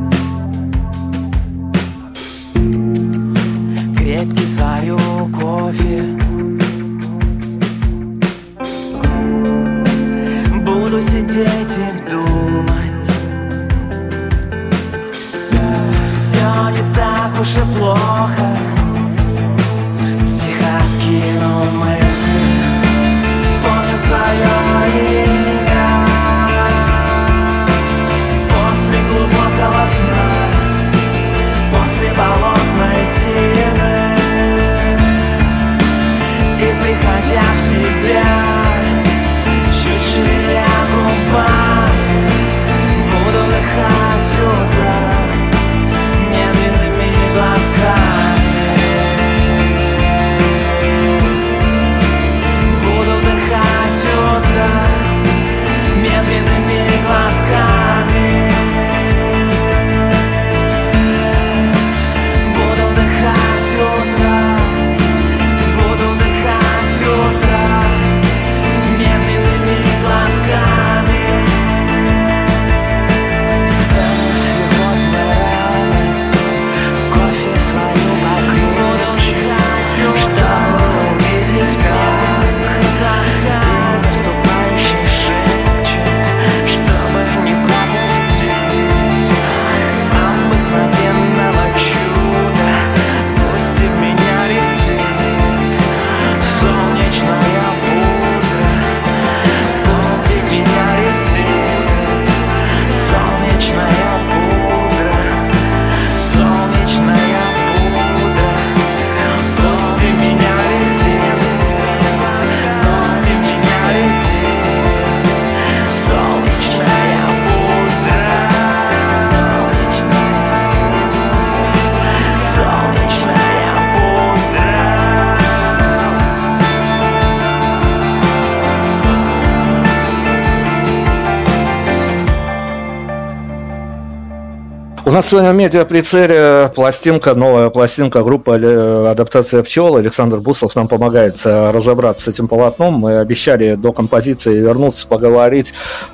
крепкий сварю кофе, буду сидеть и думать. Все не так уж и плохо. Тихо раскину мысли, вспомню свое имя. Глубокого сна, после болотной тины, У нас сегодня в медиаприцеле новая пластинка группы «Адаптация пчел». Александр Буслов нам помогает разобраться с этим полотном. Мы обещали до композиции вернуться, поговорить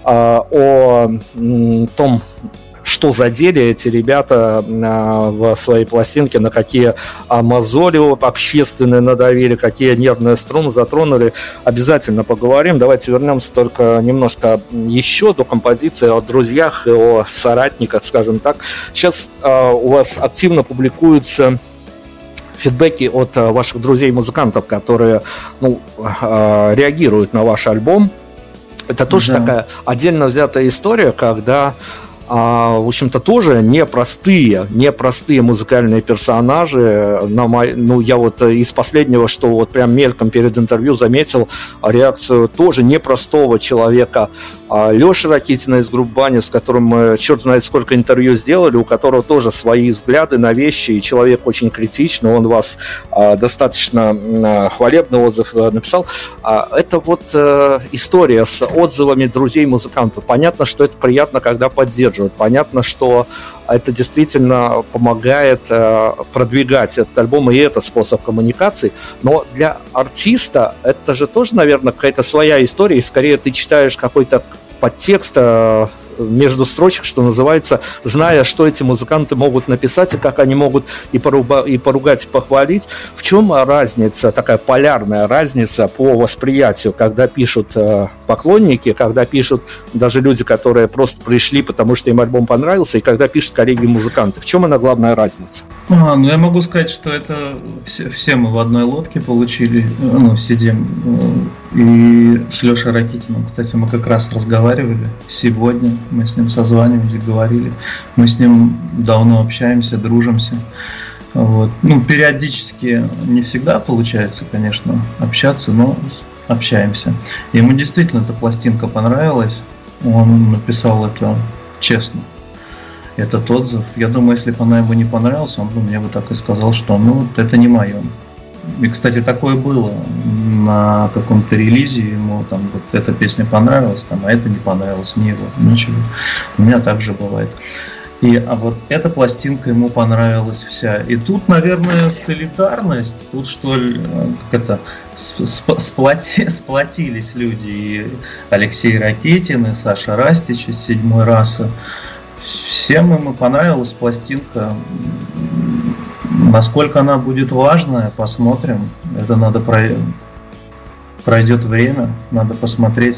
о том, что задели эти ребята в своей пластинке, на какие мозоли общественные надавили, какие нервные струны затронули. Обязательно поговорим. Давайте вернемся только немножко еще до композиции о друзьях и о соратниках, скажем так. Сейчас у вас активно публикуются фидбэки от ваших друзей-музыкантов, которые реагируют на ваш альбом. Это тоже такая отдельно взятая история, когда в общем-то, тоже непростые музыкальные персонажи. Я вот из последнего, что вот прям мельком перед интервью заметил реакцию тоже непростого человека Лёши Ракитина из группы Банев, с которым мы черт знает сколько интервью сделали, у которого тоже свои взгляды на вещи, и человек очень критичный, он вас достаточно хвалебный отзыв написал. Это вот история с отзывами друзей-музыкантов. Понятно, что это приятно, когда поддерживают. Понятно, что это действительно помогает продвигать этот альбом, и это способ коммуникации. Но для артиста это же тоже, наверное, какая-то своя история, и скорее ты читаешь какой-то подтекст между строчек, что называется, зная, что эти музыканты могут написать, и как они могут и поругать, и похвалить. В чем разница, такая полярная разница по восприятию, когда пишут поклонники, когда пишут даже люди, которые просто пришли, потому что им альбом понравился, и когда пишут коллеги-музыканты? В чем она главная разница? Я могу сказать, что это все мы в одной лодке получили, сидим. И с Лешей Ракитиным, кстати, мы как раз разговаривали сегодня. Мы с ним созванивались, говорили. Мы с ним давно общаемся, дружимся. Вот. Периодически не всегда получается, конечно, общаться, но общаемся. Ему действительно эта пластинка понравилась. Он написал это честно. Этот отзыв. Я думаю, если бы она ему не понравилась, он бы мне бы так и сказал, что это не мое. И, кстати, такое было на каком-то релизе, ему там вот эта песня понравилась, а это не понравилось, не его, ничего. У меня так же бывает. А вот эта пластинка ему понравилась вся. И тут, наверное, солидарность, тут что ли, сплотились люди. И Алексей Ракитин, и Саша Растич из «Седьмой расы». Всем ему понравилась пластинка. Насколько она будет важная, посмотрим. Это надо пройдет время, надо посмотреть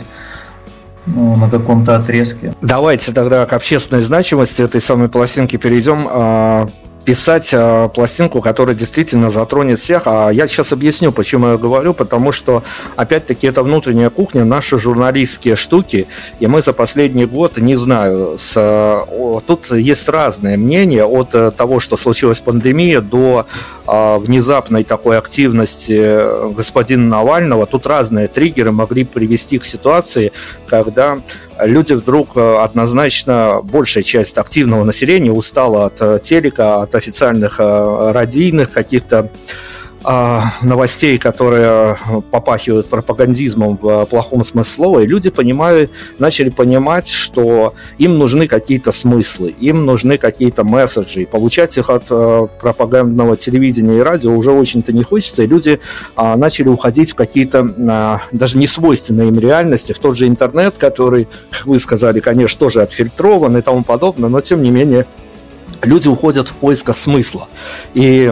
на каком-то отрезке. Давайте тогда к общественной значимости этой самой пластинки перейдем. Писать пластинку, которая действительно затронет всех. А я сейчас объясню, почему я говорю, потому что, опять-таки, это внутренняя кухня, наши журналистские штуки, и мы за последний год, не знаю, тут есть разные мнения, от того, что случилась пандемия, до внезапной такой активности господина Навального. Тут разные триггеры могли привести к ситуации, когда люди вдруг однозначно, большая часть активного населения устала от телека, от официальных радийных каких-то новостей, которые попахивают пропагандизмом в плохом смысле слова, и люди начали понимать, что им нужны какие-то смыслы, им нужны какие-то месседжи, и получать их от пропагандного телевидения и радио уже очень-то не хочется, и люди начали уходить в какие-то даже несвойственные им реальности, в тот же интернет, который, как вы сказали, конечно, тоже отфильтрован и тому подобное, но тем не менее люди уходят в поисках смысла. И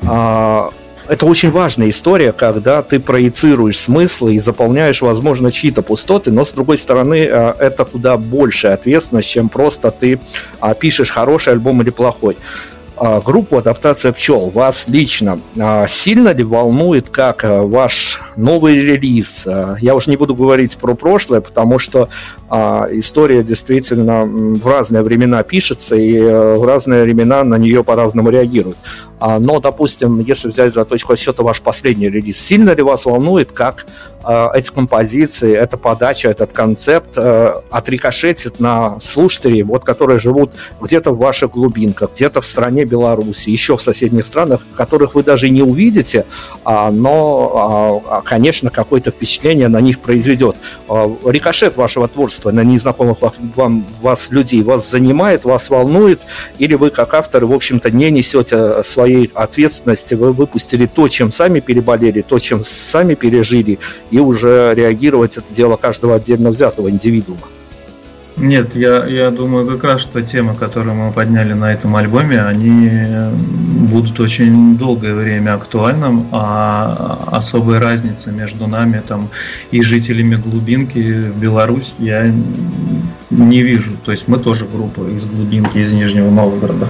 это очень важная история, когда ты проецируешь смыслы и заполняешь, возможно, чьи-то пустоты, но, с другой стороны, это куда большая ответственность, чем просто ты пишешь хороший альбом или плохой. Группу «Адаптация пчел» вас лично сильно ли волнует, как ваш новый релиз? Я уже не буду говорить про прошлое, потому что история действительно в разные времена пишется, и в разные времена на нее по-разному реагируют. Но, допустим, если взять за точку отсчета ваш последний релиз, сильно ли вас волнует, как эти композиции, эта подача, этот концепт отрикошетит на слушателей, вот, которые живут где-то в ваших глубинках, где-то в стране Беларуси, еще в соседних странах, которых вы даже и не увидите, но, конечно, какое-то впечатление на них произведет. Рикошет вашего творчества на незнакомых вас людей вас занимает, вас волнует, или вы, как авторы, в общем-то, не несете своей ответственности, вы выпустили то, чем сами переболели, то, чем сами пережили, и уже реагировать это дело каждого отдельно взятого индивидуума? Нет, я думаю, как раз, что темы, которые мы подняли на этом альбоме, они будут очень долгое время актуальным, а особой разницы между нами там и жителями глубинки в Беларусь я не вижу. То есть мы тоже группа из глубинки, из Нижнего Новгорода.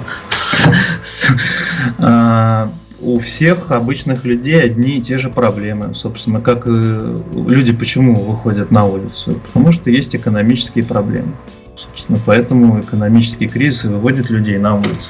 У всех обычных людей одни и те же проблемы, собственно, как и люди почему выходят на улицу? Потому что есть экономические проблемы. Собственно, поэтому экономический кризис выводит людей на улицу.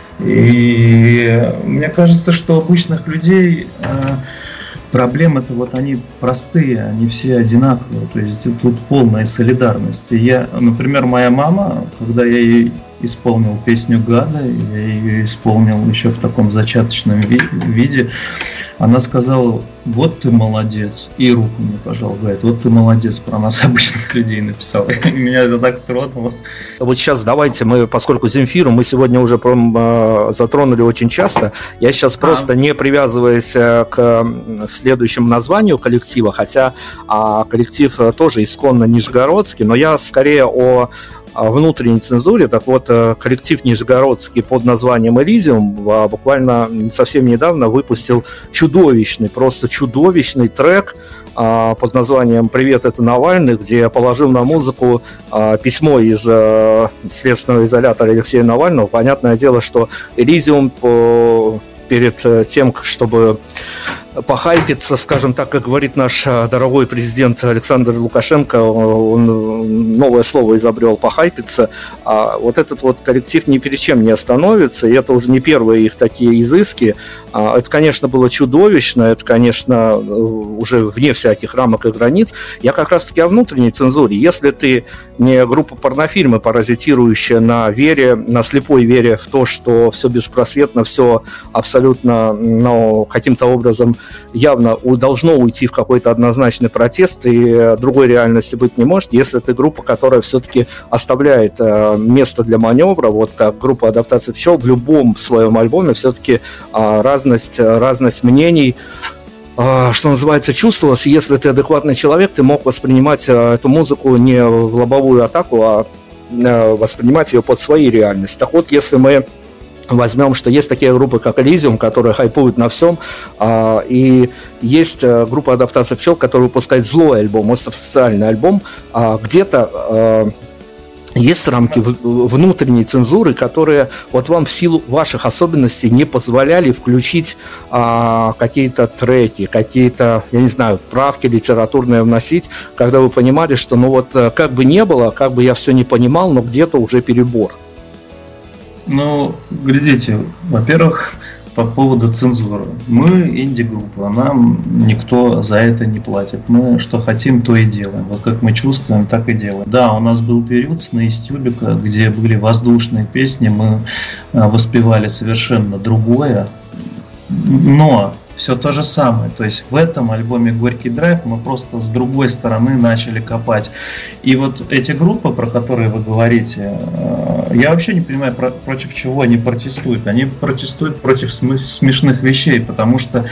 И мне кажется, что у обычных людей проблемы-то вот они простые, они все одинаковые, то есть тут полная солидарность. Например, моя мама, когда я ей исполнил песню «Гада», я ее исполнил еще в таком зачаточном виде, она сказала: вот ты молодец, и руку мне пожал, говорит: вот ты молодец, про нас обычных людей написал. И меня это так тронуло. Вот сейчас давайте мы, поскольку Земфиру мы сегодня уже затронули очень часто, я сейчас просто, не привязываясь к следующему названию коллектива, хотя коллектив тоже исконно нижегородский, но я скорее о внутренней цензуре. Так вот, коллектив нижегородский под названием «Элизиум» буквально совсем недавно выпустил просто чудовищный трек под названием «Привет, это Навальный», где положил на музыку письмо из следственного изолятора Алексея Навального. Понятное дело, что «Элизиум» перед тем, чтобы похайпиться, скажем так, как говорит наш дорогой президент Александр Лукашенко, он новое слово изобрел — похайпиться. Вот этот вот коллектив ни перед чем не остановится, и это уже не первые их такие изыски. Это, конечно, было чудовищно, это, конечно, уже вне всяких рамок и границ. Я как раз-таки о внутренней цензуре. Если ты не группа порнофильмы, паразитирующая на вере, на слепой вере в то, что все беспросветно, все абсолютно, каким-то образом явно должно уйти в какой-то однозначный протест, и другой реальности быть не может. Если ты группа, которая все-таки оставляет место для маневра, вот как группа «Адаптация пчел» в любом своем альбоме все-таки разность мнений, что называется, чувствовалась. Если ты адекватный человек, ты мог воспринимать эту музыку не в лобовую атаку, а воспринимать ее под свои реальности. Так вот, если мы возьмем, что есть такие группы, как «Элизиум», которые хайпуют на всем, и есть группа «Адаптация пчел», которая выпускает злой альбом, социальный альбом, где-то есть рамки внутренней цензуры, которые вот вам в силу ваших особенностей не позволяли включить какие-то треки, какие-то, я не знаю, правки литературные вносить, когда вы понимали, что как бы не было, как бы я все не понимал, но где-то уже перебор. Глядите, во-первых, по поводу цензуры. Мы инди-группа, нам никто за это не платит. Мы что хотим, то и делаем. Вот как мы чувствуем, так и делаем. Да, у нас был период с Наистюбика, где были воздушные песни, мы воспевали совершенно другое, но все то же самое. То есть в этом альбоме «Горький драйв» мы просто с другой стороны начали копать. И вот эти группы, про которые вы говорите, я вообще не понимаю, против чего они протестуют. Они протестуют против смешных вещей, потому что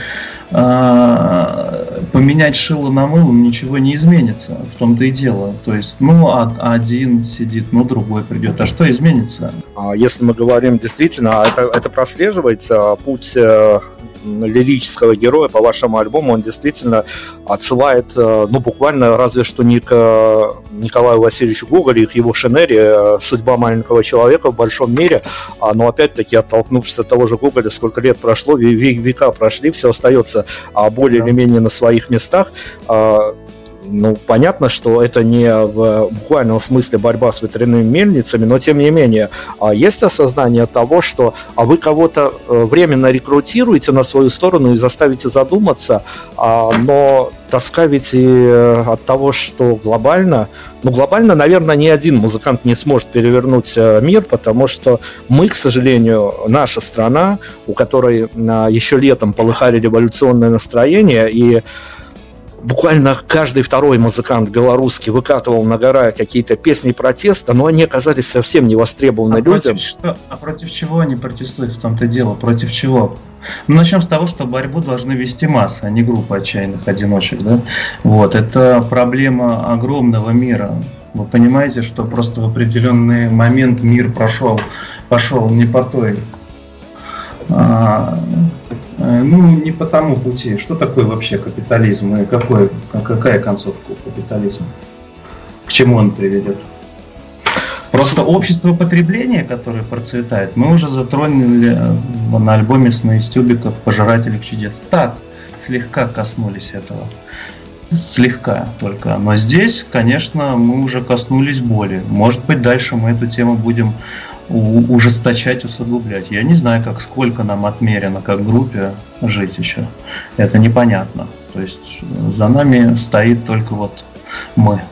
поменять шило на мыло ничего не изменится. В том-то и дело. То есть, один сидит, другой придет. А что изменится? Если мы говорим действительно, это прослеживается путь лирического героя по вашему альбому, он действительно отсылает, буквально разве что не к Николаю Васильевичу Гоголю и к его Шенере «Судьба маленького человека в большом мире», но опять-таки, оттолкнувшись от того же Гоголя, сколько лет прошло, века прошли, все остается более или менее на своих местах. ну, понятно, что это не в буквальном смысле борьба с ветряными мельницами, но тем не менее, есть осознание того, что вы кого-то временно рекрутируете на свою сторону и заставите задуматься, но тоска ведь и от того, что глобально, наверное, ни один музыкант не сможет перевернуть мир, потому что мы, к сожалению, наша страна, у которой еще летом полыхали революционное настроение, и буквально каждый второй музыкант белорусский выкатывал на гора какие-то песни протеста, но они оказались совсем не востребованы людям. Против чего они протестуют, в том-то дело? Против чего? Ну, начнем с того, что борьбу должны вести массы, а не группа отчаянных одиночек, да? Вот, это проблема огромного мира. Вы понимаете, что просто в определенный момент мир пошел не по той, не по тому пути. Что такое вообще капитализм и какая концовка капитализма? К чему он приведет? Просто общество потребления, которое процветает, мы уже затронули на альбоме «Сны из тюбиков. Пожирателей чудес». Так, слегка коснулись этого. Слегка только. Но здесь, конечно, мы уже коснулись боли. Может быть, дальше мы эту тему будем ужесточать, усугублять. Я не знаю, сколько нам отмерено как группе жить еще. Это непонятно. То есть за нами стоит только вот мы.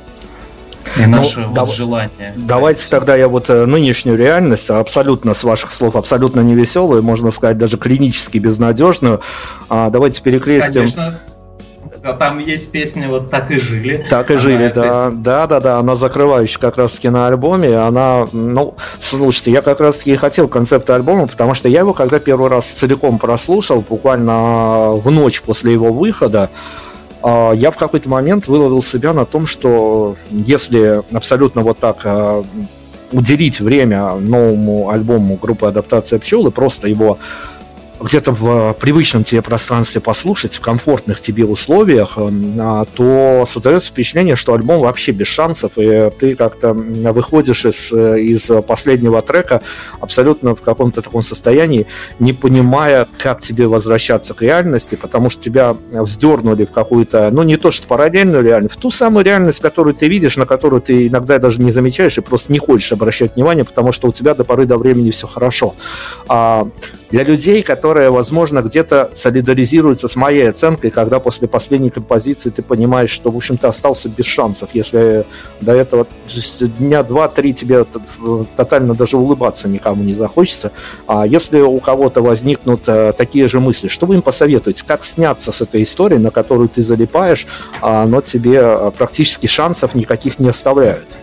И наше желание. Давайте тогда я нынешнюю реальность, абсолютно, с ваших слов, абсолютно невеселую, можно сказать, даже клинически безнадежную, давайте перекрестим. Конечно. Там есть песня «Вот так и жили». Так и жили, да, она закрывающая как раз-таки на альбоме, слушайте, я как раз-таки и хотел концепт альбома, потому что я его когда первый раз целиком прослушал, буквально в ночь после его выхода, я в какой-то момент выловил себя на том, что если абсолютно вот так уделить время новому альбому группы «Адаптация пчел» и просто его где-то в привычном тебе пространстве послушать, в комфортных тебе условиях, то создается впечатление, что альбом вообще без шансов, и ты как-то выходишь из последнего трека абсолютно в каком-то таком состоянии, не понимая, как тебе возвращаться к реальности, потому что тебя вздернули в какую-то, не то что параллельную реальность, в ту самую реальность, которую ты видишь, на которую ты иногда даже не замечаешь и просто не хочешь обращать внимание, потому что у тебя до поры до времени все хорошо. Для людей, которые, возможно, где-то солидаризируются с моей оценкой, когда после последней композиции ты понимаешь, что, в общем-то, остался без шансов, если до этого дня 2-3 тебе тотально даже улыбаться никому не захочется. А если у кого-то возникнут такие же мысли, что вы им посоветуете? Как сняться с этой историей, на которую ты залипаешь, но тебе практически шансов никаких не оставляют?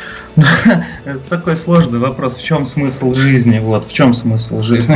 Это такой сложный вопрос. В чем смысл жизни? В чем смысл жизни?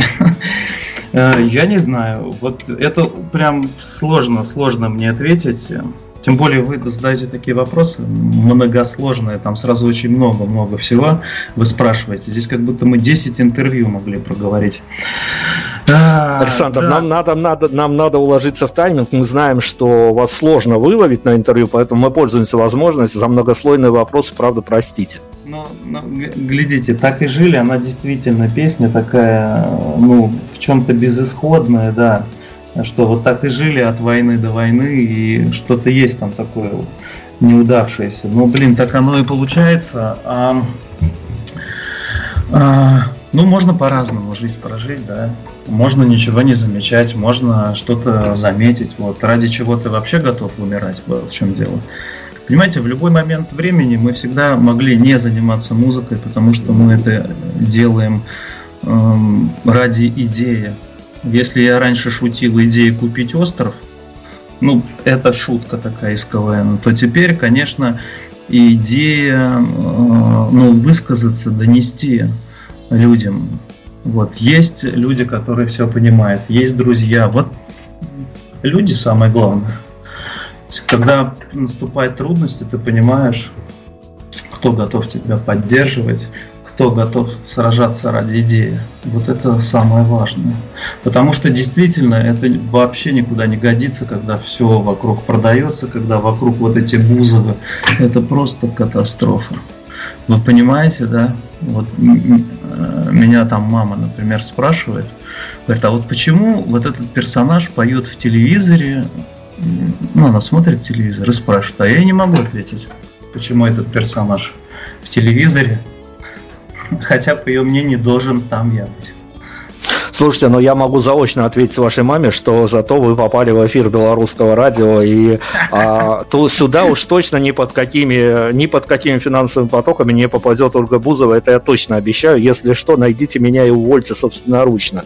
Я не знаю. Это прям сложно мне ответить. Тем более вы задаете такие вопросы многосложные, там сразу очень много всего вы спрашиваете. Здесь как будто мы 10 интервью могли проговорить. Александр, да. нам надо уложиться в тайминг. Мы знаем, что вас сложно выловить на интервью, поэтому мы пользуемся возможностью. За многослойные вопросы, правда, простите. Глядите, «Так и жили», она действительно песня такая, в чем-то безысходная, да. Что вот так и жили от войны до войны, и что-то есть там такое неудавшееся. Так оно и получается. Можно по-разному жизнь прожить, да. Можно ничего не замечать, можно что-то заметить. Ради чего ты вообще готов умирать, в чем дело. Понимаете, в любой момент времени мы всегда могли не заниматься музыкой, потому что мы это делаем ради идеи. Если я раньше шутил идеей купить остров, это шутка такая из КВН, то теперь, конечно, идея высказаться, донести людям. Есть люди, которые все понимают, есть друзья. Люди самое главное. Когда наступают трудности, ты понимаешь, кто готов тебя поддерживать, кто готов сражаться ради идеи. Это самое важное. Потому что действительно это вообще никуда не годится, когда все вокруг продается, когда вокруг эти Бузовы. Это просто катастрофа. Вы понимаете, да? Меня там мама, например, спрашивает, говорит, а почему этот персонаж поет в телевизоре ну, она смотрит телевизор и спрашивает, а я не могу ответить, почему этот персонаж в телевизоре, хотя, по ее мнению, должен там я быть. Слушайте, но я могу заочно ответить вашей маме, что зато вы попали в эфир белорусского радио, и то сюда уж точно ни под какими финансовыми потоками не попадет Ольга Бузова, это я точно обещаю. Если что, найдите меня и увольте собственноручно.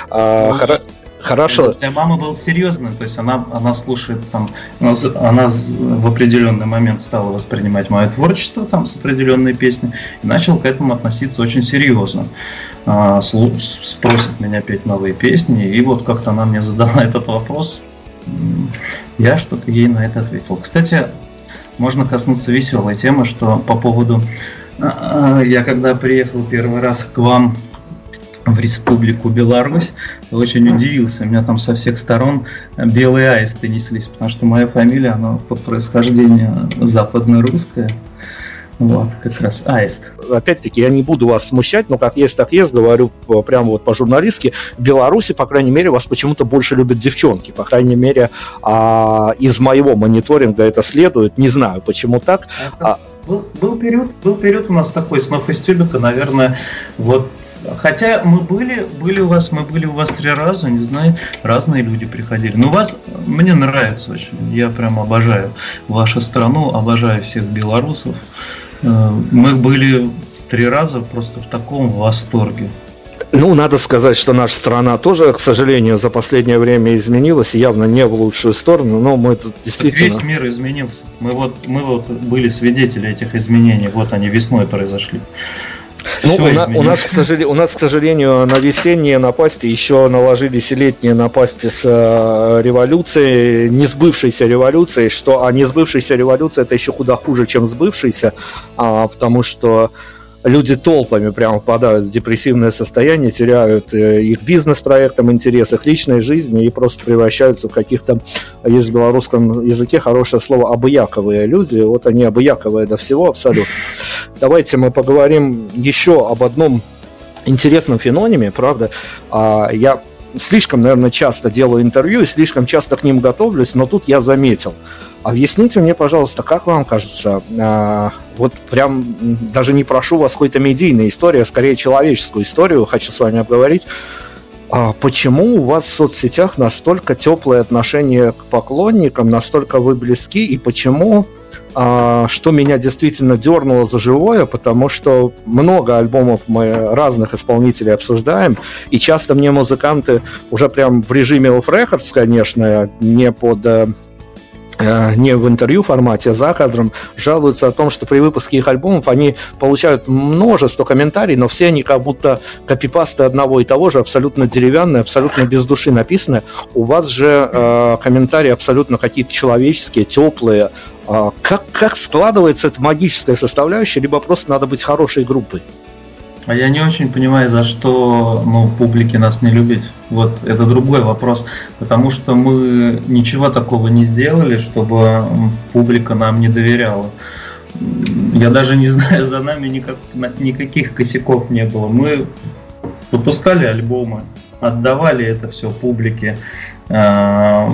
Хорошо. Для мамы был серьезным, то есть она слушает там, она в определенный момент стала воспринимать мое творчество там с определенной песней и начал к этому относиться очень серьезно. Спросит меня петь новые песни, и вот как-то она мне задала этот вопрос, я что-то ей на это ответил. Кстати, можно коснуться веселой темы, что по поводу, я когда приехал первый раз к вам в Республику Беларусь, очень удивился. У меня там со всех сторон белые аисты неслись, потому что моя фамилия, она по происхождению западно-русская. Вот, как раз аист. Опять-таки, я не буду вас смущать, но как есть, так есть, говорю прямо вот по-журналистски. В Беларуси, по крайней мере, вас почему-то больше любят девчонки. По крайней мере, из моего мониторинга это следует. Не знаю, почему так. Был период у нас такой, снов из тюбика, наверное, вот. Хотя мы были у вас 3 раза, не знаю, разные люди приходили. Но мне нравится очень, я прям обожаю вашу страну, обожаю всех белорусов. Мы были 3 раза просто в таком восторге. Ну, надо сказать, что наша страна тоже, к сожалению, за последнее время изменилась, явно не в лучшую сторону, но мы тут действительно... Весь мир изменился. Мы были свидетели этих изменений, вот они весной произошли. Ну, у нас, к сожалению, на весенние напасти еще наложились и летние напасти с революцией, не сбывшейся революцией, а не сбывшаяся революция это еще куда хуже, чем сбывшаяся, потому что люди толпами прямо впадают в депрессивное состояние, теряют их бизнес-проектам интерес, их личной жизни и просто превращаются в каких-то, есть в белорусском языке хорошее слово, обыяковые люди. Вот они обыяковые до всего абсолютно. Давайте мы поговорим еще об одном интересном феномене, правда. Я слишком, наверное, часто делаю интервью и слишком часто к ним готовлюсь, но тут я заметил. Объясните мне, пожалуйста, как вам кажется, вот прям даже не прошу вас какой-то медийной истории, а скорее человеческую историю хочу с вами обговорить. Почему у вас в соцсетях настолько теплое отношение к поклонникам, настолько вы близки, и почему, что меня действительно дернуло за живое, потому что много альбомов мы разных исполнителей обсуждаем, и часто мне музыканты уже прям в режиме off-records, конечно, не в интервью формате, а за кадром жалуются о том, что при выпуске их альбомов они получают множество комментариев, но все они как будто копипасты одного и того же, абсолютно деревянные, абсолютно без души написаны. У вас же комментарии абсолютно какие-то человеческие, теплые. Как складывается эта магическая составляющая, либо просто надо быть хорошей группой? А я не очень понимаю, за что публике нас не любить. Вот это другой вопрос. Потому что мы ничего такого не сделали, чтобы публика нам не доверяла. Я даже не знаю, за нами никаких косяков не было. Мы выпускали альбомы, отдавали это все публике. Я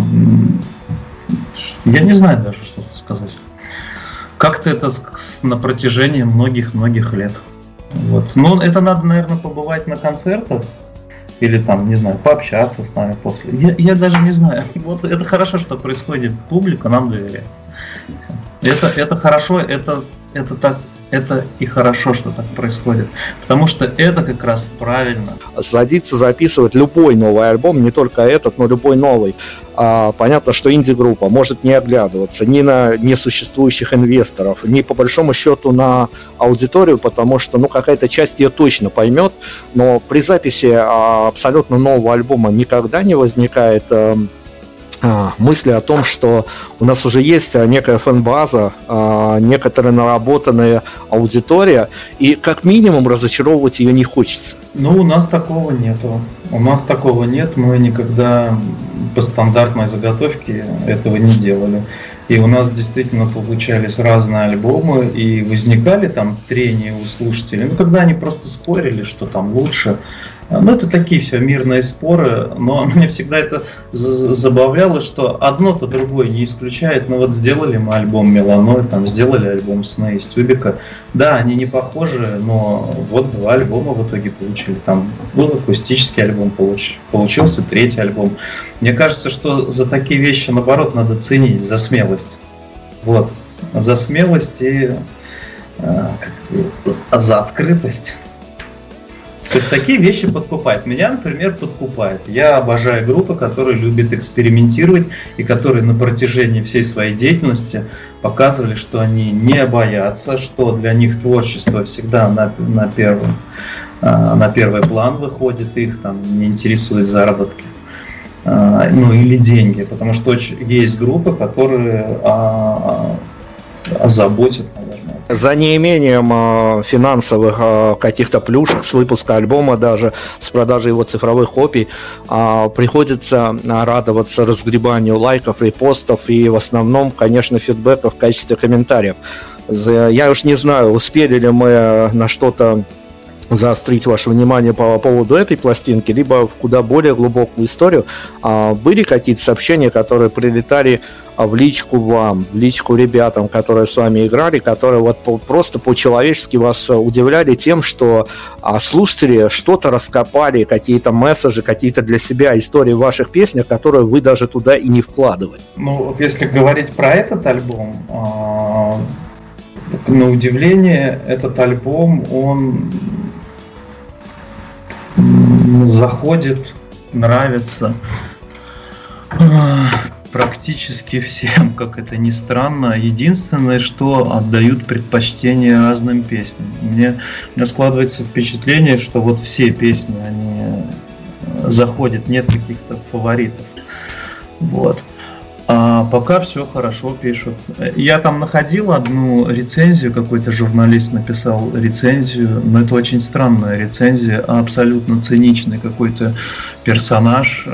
не знаю даже, что сказать. Как-то это на протяжении многих-многих лет. Вот. Но это надо, наверное, побывать на концертах или там, не знаю, пообщаться с нами после. Я даже не знаю. Вот это хорошо, что происходит. Публика нам доверяет. Это хорошо, это и хорошо, что так происходит. Потому что это как раз правильно. Садиться записывать любой новый альбом, не только этот, но любой новый. Понятно, что инди-группа может не оглядываться ни на несуществующих инвесторов, ни по большому счету на аудиторию, потому что какая-то часть ее точно поймет, но при записи абсолютно нового альбома никогда не возникает мысли о том, что у нас уже есть некая фэн-база, некоторая наработанная аудитория, и как минимум разочаровывать ее не хочется. У нас такого нету. Мы никогда по стандартной заготовке этого не делали. И у нас действительно получались разные альбомы, и возникали там трения у слушателей. Когда они просто спорили, что там лучше. Ну, это такие все мирные споры, но мне всегда это забавляло, что одно-то другое не исключает. Ну, вот сделали мы альбом «Меланоид», там сделали альбом «Сны» из тюбика. Да, они не похожи, но вот 2 альбома в итоге получили. Там был акустический альбом, получился 3-й альбом. Мне кажется, что за такие вещи, наоборот, надо ценить за смелость. Вот, за смелость и за открытость. То есть такие вещи подкупают. Меня, например, подкупает. Я обожаю группы, которые любят экспериментировать и которые на протяжении всей своей деятельности показывали, что они не боятся, что для них творчество всегда на первый план выходит, их там не интересует заработки, ну или деньги, потому что есть группы, которые озаботят, наверное. За неимением финансовых каких-то плюшек с выпуска альбома, даже с продажей его цифровых копий, приходится радоваться разгребанию лайков, репостов и в основном, конечно, фидбэка в качестве комментариев. Я уж не знаю, успели ли мы на что-то заострить ваше внимание по поводу этой пластинки, либо в куда более глубокую историю. Были какие-то сообщения, которые прилетали в личку вам, в личку ребятам, которые с вами играли, которые вот просто по-человечески вас удивляли тем, что слушатели что-то раскопали, какие-то месседжи, какие-то для себя истории в ваших песнях, которые вы даже туда и не вкладывали? Ну, если говорить про этот альбом, на удивление, этот альбом, он заходит, нравится практически всем, как это ни странно. Единственное, что отдают предпочтение разным песням. У меня складывается впечатление, что вот все песни, они заходят, нет каких-то фаворитов. Вот. А пока все хорошо пишут. Я там находил одну рецензию, какой-то журналист написал рецензию, но это очень странная рецензия, абсолютно циничный какой-то персонаж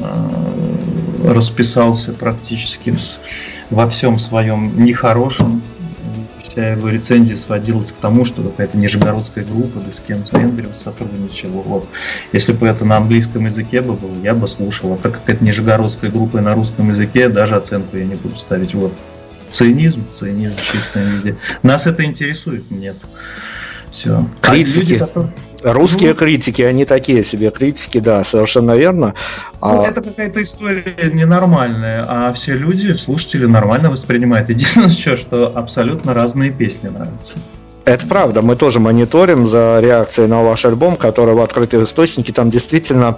расписался практически во всем своем нехорошем. Вся его рецензия сводилась к тому, что какая-то нижегородская группа, да с кем-то Энгрев сотрудничала. Вот. Если бы это на английском языке бы было, я бы слушал. А так как это нижегородская группа и на русском языке, даже оценку я не буду ставить. Вот. Цинизм в чистом виде. Нас это интересует? Нет. Все. Критики. Русские критики, они такие себе критики, да, совершенно верно. Ну, это какая-то история ненормальная, а все люди, слушатели нормально воспринимают. Единственное, что абсолютно разные песни нравятся. Это правда, мы тоже мониторим за реакцией на ваш альбом, который в открытые источники, там действительно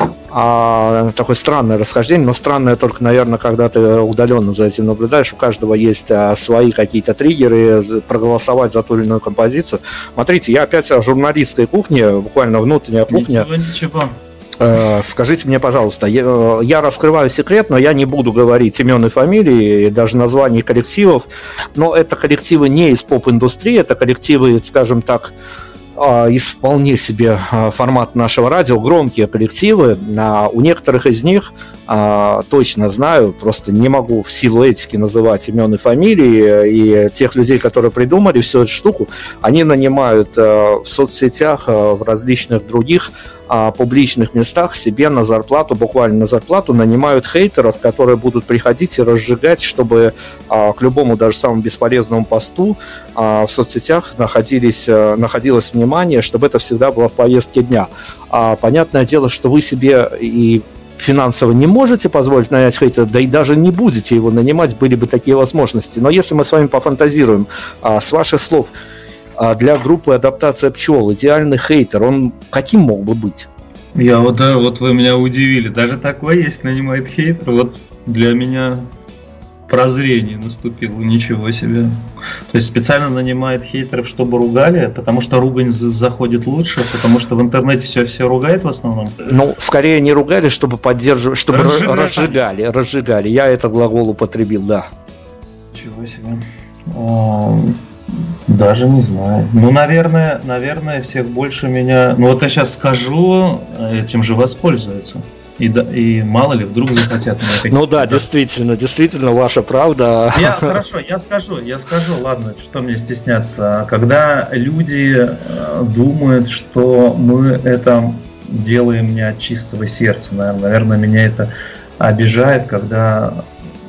такое странное расхождение, но странное только, наверное, когда ты удаленно за этим наблюдаешь, у каждого есть свои какие-то триггеры, проголосовать за ту или иную композицию. Смотрите, я опять о журналистской кухне, буквально внутренняя кухня. Ничего. Скажите мне, пожалуйста, я раскрываю секрет, но я не буду говорить имен и фамилии, и даже названий коллективов, но это коллективы не из поп-индустрии, это коллективы, скажем так, из вполне себе формата нашего радио, громкие коллективы. У некоторых из них, точно знаю, просто не могу в силу этики называть имен и фамилии, и тех людей, которые придумали всю эту штуку, они нанимают в соцсетях, в различных других публичных местах себе на зарплату, буквально на зарплату, нанимают хейтеров, которые будут приходить и разжигать, чтобы к любому, даже самому бесполезному посту в соцсетях находилось внимание, чтобы это всегда было в повестке дня. Понятное дело, что вы себе и финансово не можете позволить нанять хейтера, да и даже не будете его нанимать, были бы такие возможности. Но если мы с вами пофантазируем, с ваших слов, для группы «Адаптация пчел» идеальный хейтер, он каким мог бы быть? Вот вы меня удивили. Даже такое есть, нанимает хейтер. Вот для меня прозрение наступило. Ничего себе. То есть специально нанимает хейтеров, чтобы ругали, потому что ругань заходит лучше, потому что в интернете все ругает в основном? Ну, скорее не ругали, чтобы поддерживать, чтобы разжигали. Я этот глагол употребил, да. Ничего себе. Даже не знаю. Ну, наверное, всех больше меня... Ну, вот я сейчас скажу, этим же воспользуются. И мало ли, вдруг захотят. Ну да, действительно, ваша правда. Я скажу, ладно, что мне стесняться. Когда люди думают, что мы это делаем не от чистого сердца, наверное, меня это обижает, когда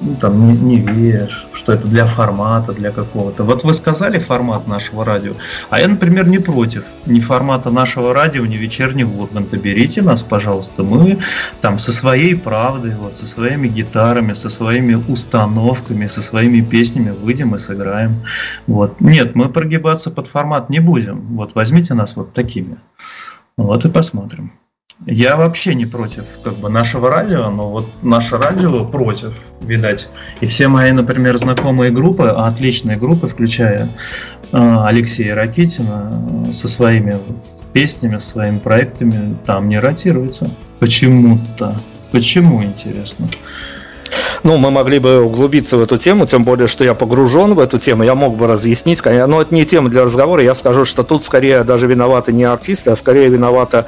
не веришь, что это для формата, для какого-то. Вот вы сказали формат нашего радио, а я, например, не против ни формата нашего радио, ни вечернего Урганта. Берите нас, пожалуйста, мы там со своей правдой, вот, со своими гитарами, со своими установками, со своими песнями выйдем и сыграем. Вот. Нет, мы прогибаться под формат не будем. Вот возьмите нас вот такими. Вот и посмотрим. Я вообще не против нашего радио, но вот наше радио против, видать. И все мои, например, знакомые группы, отличные группы, включая Алексея Ракитина, со своими песнями, со своими проектами, там не ротируются. Почему-то. Почему, интересно? Ну, мы могли бы углубиться в эту тему, тем более, что я погружен в эту тему, я мог бы разъяснить, но это не тема для разговора, я скажу, что тут скорее даже виноваты не артисты, а скорее виновата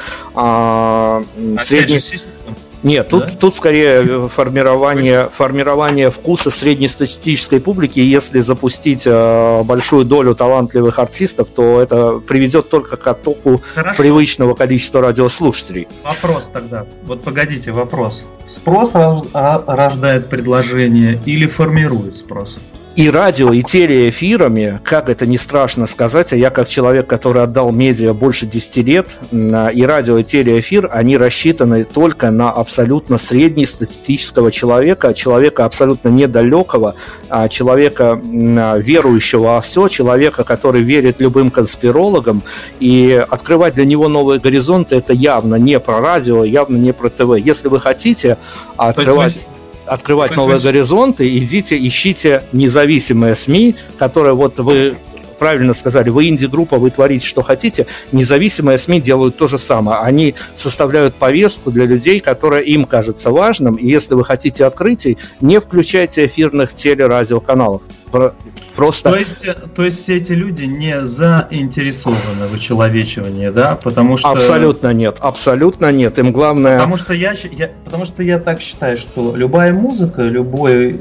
средний... Нет, тут скорее формирование вкуса среднестатистической публики. И если запустить большую долю талантливых артистов, то это приведет только к оттоку привычного количества радиослушателей. Вопрос тогда. Вот погодите, вопрос. Спрос рождает предложение или формирует спрос? И радио, и телеэфирами, как это не страшно сказать, а я как человек, который отдал медиа больше 10 лет, и радио, и телеэфир, они рассчитаны только на абсолютно среднестатистического человека абсолютно недалекого, человека, верующего во все, человека, который верит любым конспирологам, и открывать для него новые горизонты, это явно не про радио, явно не про ТВ. Если вы хотите открывать новые горизонты, ищите независимые СМИ, которые, вот вы правильно сказали, вы инди-группа, вы творите, что хотите, независимые СМИ делают то же самое. Они составляют повестку для людей, которая им кажется важным, и если вы хотите открытий, не включайте эфирных телерадиоканалов. Просто... То есть все эти люди не заинтересованы в очеловечивании, да? Потому что... Абсолютно нет. Им главное... Потому что я так считаю, что любая музыка, любая,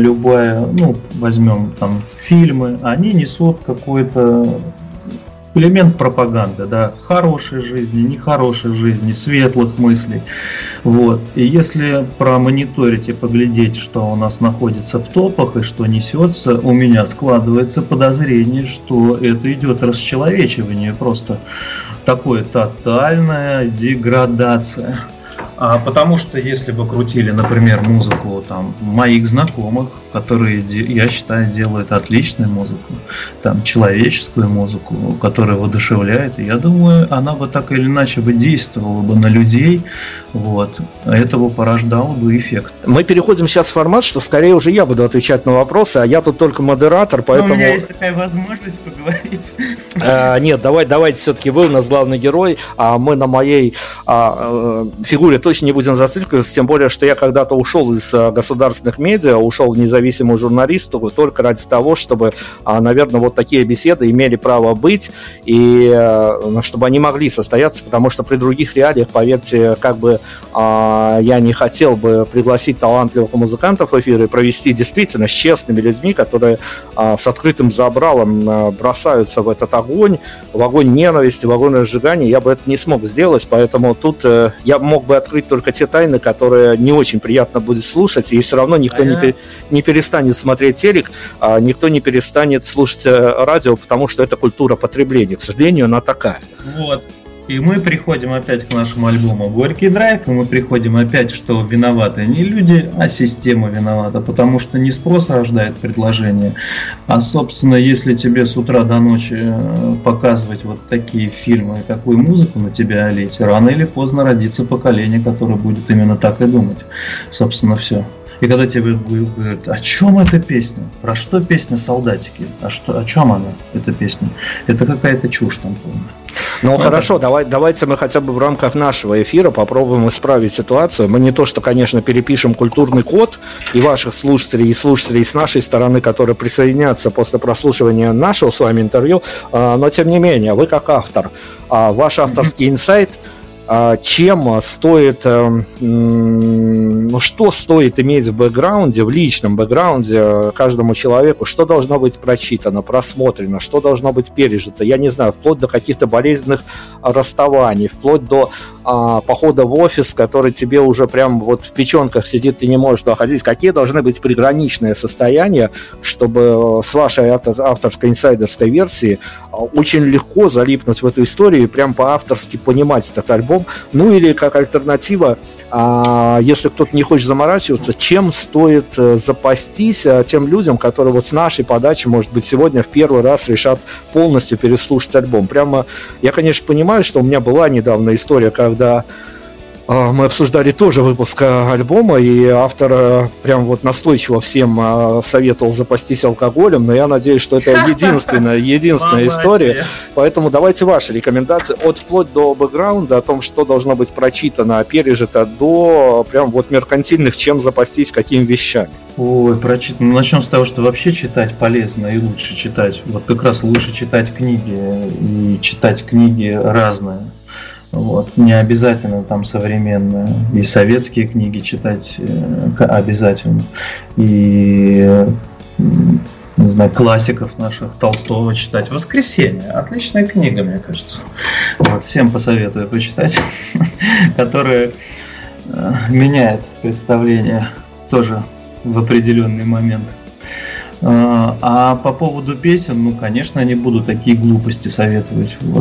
возьмем там фильмы, они несут какой-то элемент пропаганды, да, хорошей жизни, нехорошей жизни, светлых мыслей. Вот. И если промониторить и поглядеть, что у нас находится в топах и что несется, у меня складывается подозрение, что это идет расчеловечивание, просто такое тотальная деградация. Потому что если бы крутили, например, музыку там моих знакомых, которые, я считаю, делают отличную музыку, там человеческую музыку, которая воодушевляет, я думаю, она бы так или иначе бы действовала бы на людей, вот, этого порождал бы эффект. Мы переходим сейчас в формат, что скорее уже я буду отвечать на вопросы, а я тут только модератор, поэтому... Но у меня есть такая возможность поговорить. Нет, давайте все-таки вы у нас главный герой, а мы на моей фигуре точно не будем зацикливаться, тем более, что я когда-то ушел из государственных медиа, ушел в независимую журналистику только ради того, чтобы, наверное, вот такие беседы имели право быть, и чтобы они могли состояться, потому что при других реалиях, поверьте, как бы я не хотел бы пригласить талантливых музыкантов в эфир и провести действительно с честными людьми, которые с открытым забралом бросаются в этот огонь, в огонь ненависти, в огонь разжигания, я бы это не смог сделать, поэтому тут я мог бы открыть только те тайны, которые не очень приятно будет слушать, и все равно никто не перестанет смотреть телек, никто не перестанет слушать радио, потому что это культура потребления. К сожалению, она такая. Вот. И мы приходим опять к нашему альбому «Горький драйв», и мы приходим опять, что виноваты не люди, а система виновата, потому что не спрос рождает предложение, а, собственно, если тебе с утра до ночи показывать вот такие фильмы, такую музыку на тебя лить, рано или поздно родится поколение, которое будет именно так и думать. Собственно, все. И когда тебе говорят, о чем эта песня? Про что песня «Солдатики»? О чем она, эта песня? Это какая-то чушь там полная. Ну хорошо, давайте мы хотя бы в рамках нашего эфира попробуем исправить ситуацию. Мы не то, что, конечно, перепишем культурный код и ваших слушателей, и слушателей с нашей стороны, которые присоединятся после прослушивания нашего с вами интервью, но тем не менее, вы как автор, ваш авторский инсайт, чем стоит, что стоит иметь в бэкграунде, в личном бэкграунде каждому человеку, что должно быть прочитано, просмотрено, что должно быть пережито, я не знаю, вплоть до каких-то болезненных расставаний, вплоть до похода в офис, который тебе уже прям вот в печенках сидит, ты не можешь туда ходить. Какие должны быть приграничные состояния, чтобы с вашей авторской инсайдерской версии очень легко залипнуть в эту историю и прям по-авторски понимать этот альбом? Ну или как альтернатива, если кто-то не хочет заморачиваться, чем стоит запастись тем людям, которые вот с нашей подачи, может быть, сегодня в первый раз решат полностью переслушать альбом? Прямо, я, конечно, понимаю, что у меня была недавно история, когда мы обсуждали тоже выпуск альбома, и автор прям вот настойчиво всем советовал запастись алкоголем, но я надеюсь, что это единственная история. Поэтому давайте ваши рекомендации от вплоть до бэкграунда, о том, что должно быть прочитано, пережито, до прям вот меркантильных, чем запастись, какими вещами. Ой, прочитано. Начнем с того, что вообще читать полезно и лучше читать. Вот как раз лучше читать книги, и читать книги разные. Вот. Не обязательно там современные, и советские книги читать обязательно, и, не знаю, классиков наших, Толстого читать. «Воскресенье» — отличная книга, мне кажется. Вот, всем посоветую почитать, которая меняет представление тоже в определенный момент. А по поводу песен, ну, конечно, не буду такие глупости советовать. Вот,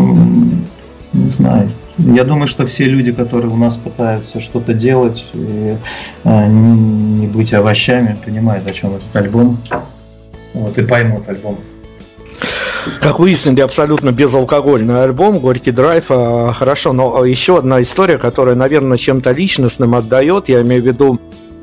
не знаю. Я думаю, что все люди, которые у нас пытаются что-то делать и не быть овощами, понимают, о чем этот альбом. Вот, и поймут альбом. Как выяснили, абсолютно безалкогольный альбом «Горький драйв». Хорошо, но еще одна история, которая, наверное, чем-то личностным отдает. Я имею в виду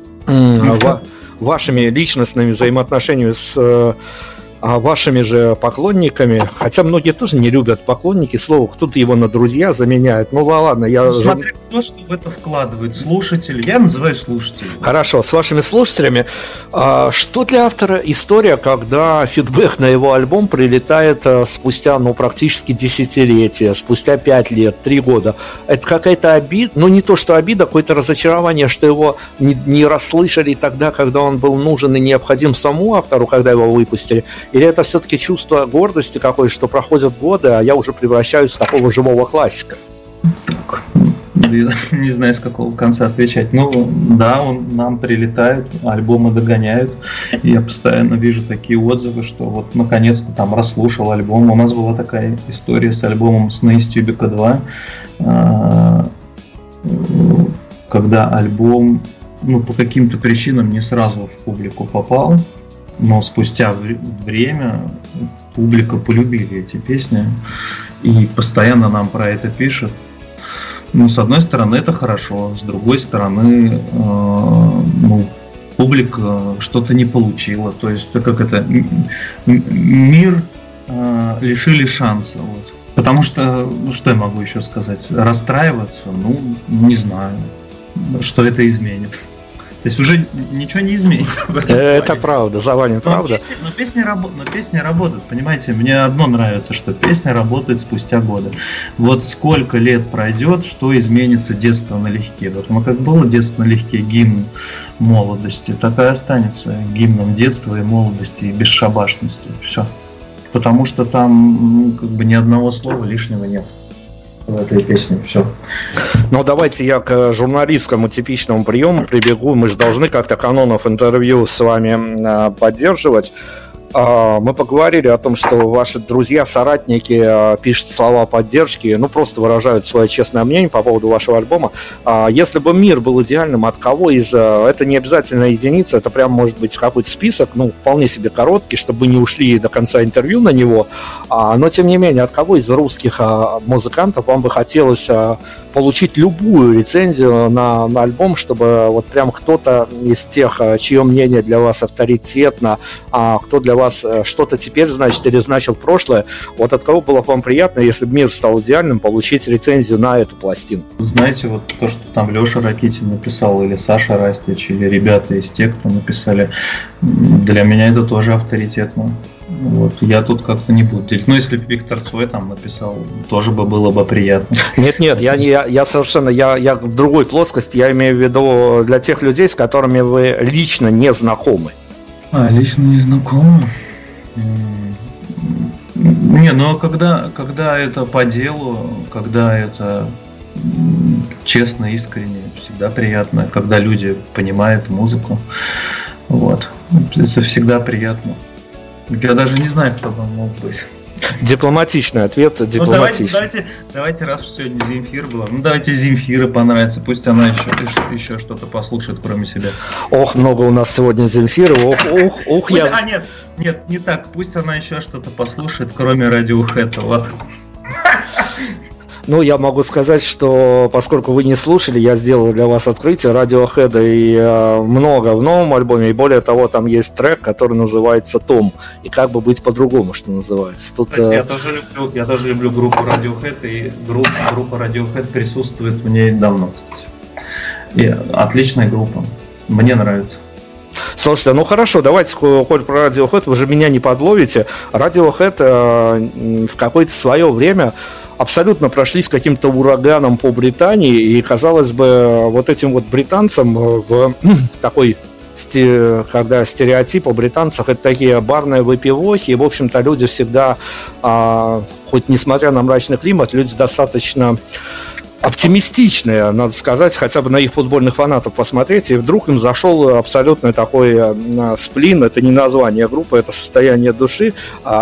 вашими личностными взаимоотношениями с вашими же поклонниками, хотя многие тоже не любят поклонники, слово, кто-то его на друзья заменяет. Ну ладно, я... Смотри, кто что в это вкладывает, слушатель, я называю слушателей. Хорошо, с вашими слушателями. Что для автора история, когда фидбэк на его альбом прилетает спустя, практически десятилетия, спустя 5 лет, 3 года? Это какая-то обида, не то что обида, какое-то разочарование, что его не расслышали тогда, когда он был нужен и необходим самому автору, когда его выпустили? Или это все-таки чувство гордости какое, что проходят годы, а я уже превращаюсь в такого живого классика? Не знаю, с какого конца отвечать. Да, нам прилетают, альбомы догоняют. Я постоянно вижу такие отзывы, что вот наконец-то там расслушал альбом. У нас была такая история с альбомом «Сны из Тюбика 2», когда альбом по каким-то причинам не сразу в публику попал. Но спустя время публика полюбили эти песни и постоянно нам про это пишет. С одной стороны, это хорошо, с другой стороны, публика что-то не получила. То есть, мир лишили шанса. Вот. Потому что, что я могу еще сказать? Расстраиваться? Не знаю, что это изменит. То есть уже ничего не изменится. Это правда, за вами правда. Но песни работают, понимаете? Мне одно нравится, что песня работает спустя годы. Вот сколько лет пройдет, что изменится «Детство налегке». Вот как было «Детство налегке» гимн молодости, так и останется гимном детства и молодости и бесшабашности. Все. Потому что там ни одного слова лишнего нет в этой песне, все. Давайте я к журналистскому типичному приему прибегу. Мы же должны как-то канонов интервью с вами поддерживать. Мы поговорили о том, что ваши друзья, соратники пишут слова поддержки, просто выражают свое честное мнение по поводу вашего альбома. Если бы мир был идеальным, от кого из... Это не обязательно единица, это прям может быть какой-то список, вполне себе короткий, чтобы не ушли до конца интервью на него. Но, тем не менее, от кого из русских музыкантов вам бы хотелось получить любую рецензию на альбом, чтобы вот прям кто-то из тех, чье мнение для вас авторитетно, кто для вас что-то теперь значит или значил прошлое. Вот от кого было вам приятно, если бы мир стал идеальным, получить рецензию на эту пластинку? Знаете, вот то, что там Леша Ракитин написал, или Саша Растич, или ребята из Текста написали, для меня это тоже авторитетно. Вот, я тут как-то не буду делить. Ну, если бы Виктор Цой там написал, тоже бы было бы приятно. Нет, я совершенно, я в другой плоскости, я имею в виду для тех людей, с которыми вы лично не знакомы. Лично не знакомы? Не, ну когда это по делу, когда это честно, искренне, всегда приятно, когда люди понимают музыку. Вот. Это всегда приятно. Я даже не знаю, кто вам мог быть. Дипломатичный ответ, дипломатичный. Давайте, раз уж сегодня Земфир была, давайте Земфира понравится, пусть она еще что-то послушает, кроме себя. Ох, много у нас сегодня Земфиры, ох, я... Нет, не так, пусть она еще что-то послушает, кроме Radiohead, вот. Ну, я могу сказать, что поскольку вы не слушали, я сделал для вас открытие Radiohead и много в новом альбоме, и более того, там есть трек, который называется «Том», и как бы быть по-другому, что называется. Тут, я тоже люблю группу Radiohead, и группа Radiohead присутствует в ней давно, кстати. И отличная группа, мне нравится. Слушайте, ну хорошо, давайте, коль про Radiohead, вы же меня не подловите. Radiohead в какое-то свое время абсолютно прошлись каким-то ураганом по Британии, и, казалось бы, вот этим вот британцам в такой, когда стереотип о британцах, это такие барные выпивохи, и, в общем-то, люди всегда, хоть несмотря на мрачный климат, люди достаточно оптимистичные, надо сказать, хотя бы на их футбольных фанатов посмотреть, и вдруг им зашел абсолютно такой сплин, это не название группы, это состояние души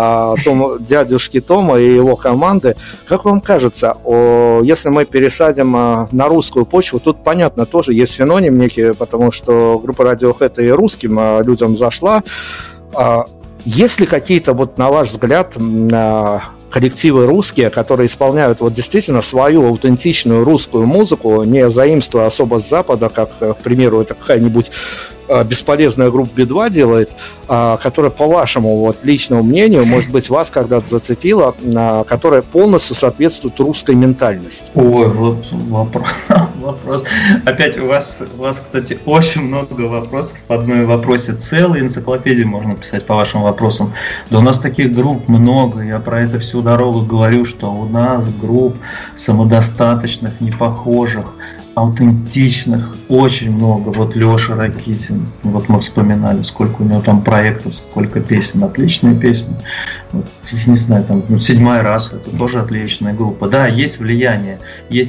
дядюшки Тома и его команды. Как вам кажется, если мы пересадим на русскую почву, тут понятно, тоже есть феноним некий, потому что группа Radiohead и русским людям зашла. Есть ли какие-то, вот на ваш взгляд, коллективы русские, которые исполняют вот действительно свою аутентичную русскую музыку, не заимствуя особо с Запада, как, к примеру, это какая-нибудь бесполезная группа Би-2 делает, которая, по вашему вот личному мнению, может быть, вас когда-то зацепила, которая полностью соответствует русской ментальности? Ой, вот вопрос. Опять у вас, кстати, очень много вопросов в одном вопросе. Целую энциклопедию можно писать по вашим вопросам. Да у нас таких групп много, я про это всю дорогу говорю, что у нас групп самодостаточных, непохожих, аутентичных очень много. Вот Леша Ракитин, вот мы вспоминали, сколько у него там проектов, сколько песен, отличные песни. Вот, не знаю, там, «Седьмая раса», это тоже отличная группа. Да, есть влияние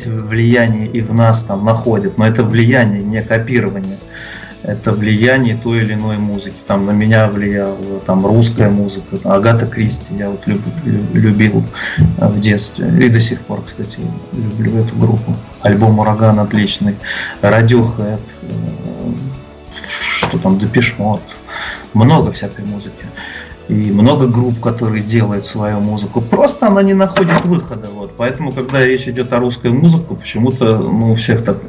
и в нас там находят, но это влияние, не копирование. Это влияние той или иной музыки. Там на меня влияла там русская музыка, Агата Кристи я вот любил в детстве. И до сих пор, кстати, люблю эту группу. Альбом «Ураган» отличный. Radiohead, что там, Депеш Мод. Много всякой музыки. И много групп, которые делают свою музыку. Просто она не находит выхода. Вот. Поэтому, когда речь идет о русской музыке, почему-то у всех так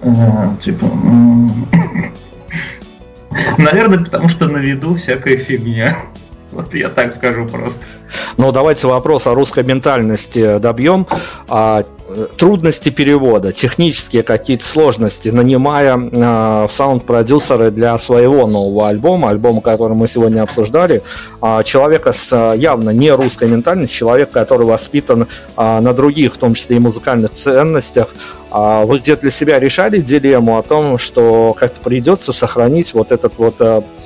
наверное, потому что на виду всякая фигня. Вот я так скажу просто. Ну, давайте вопрос о русской ментальности добьем. Трудности перевода, технические какие-то сложности, нанимая в саунд-продюсеры для своего нового альбома, который мы сегодня обсуждали, человека с явно не русской ментальностью, человек, который воспитан на других, в том числе и музыкальных ценностях. Вы где-то для себя решали дилемму о том, что как-то придется сохранить вот этот вот...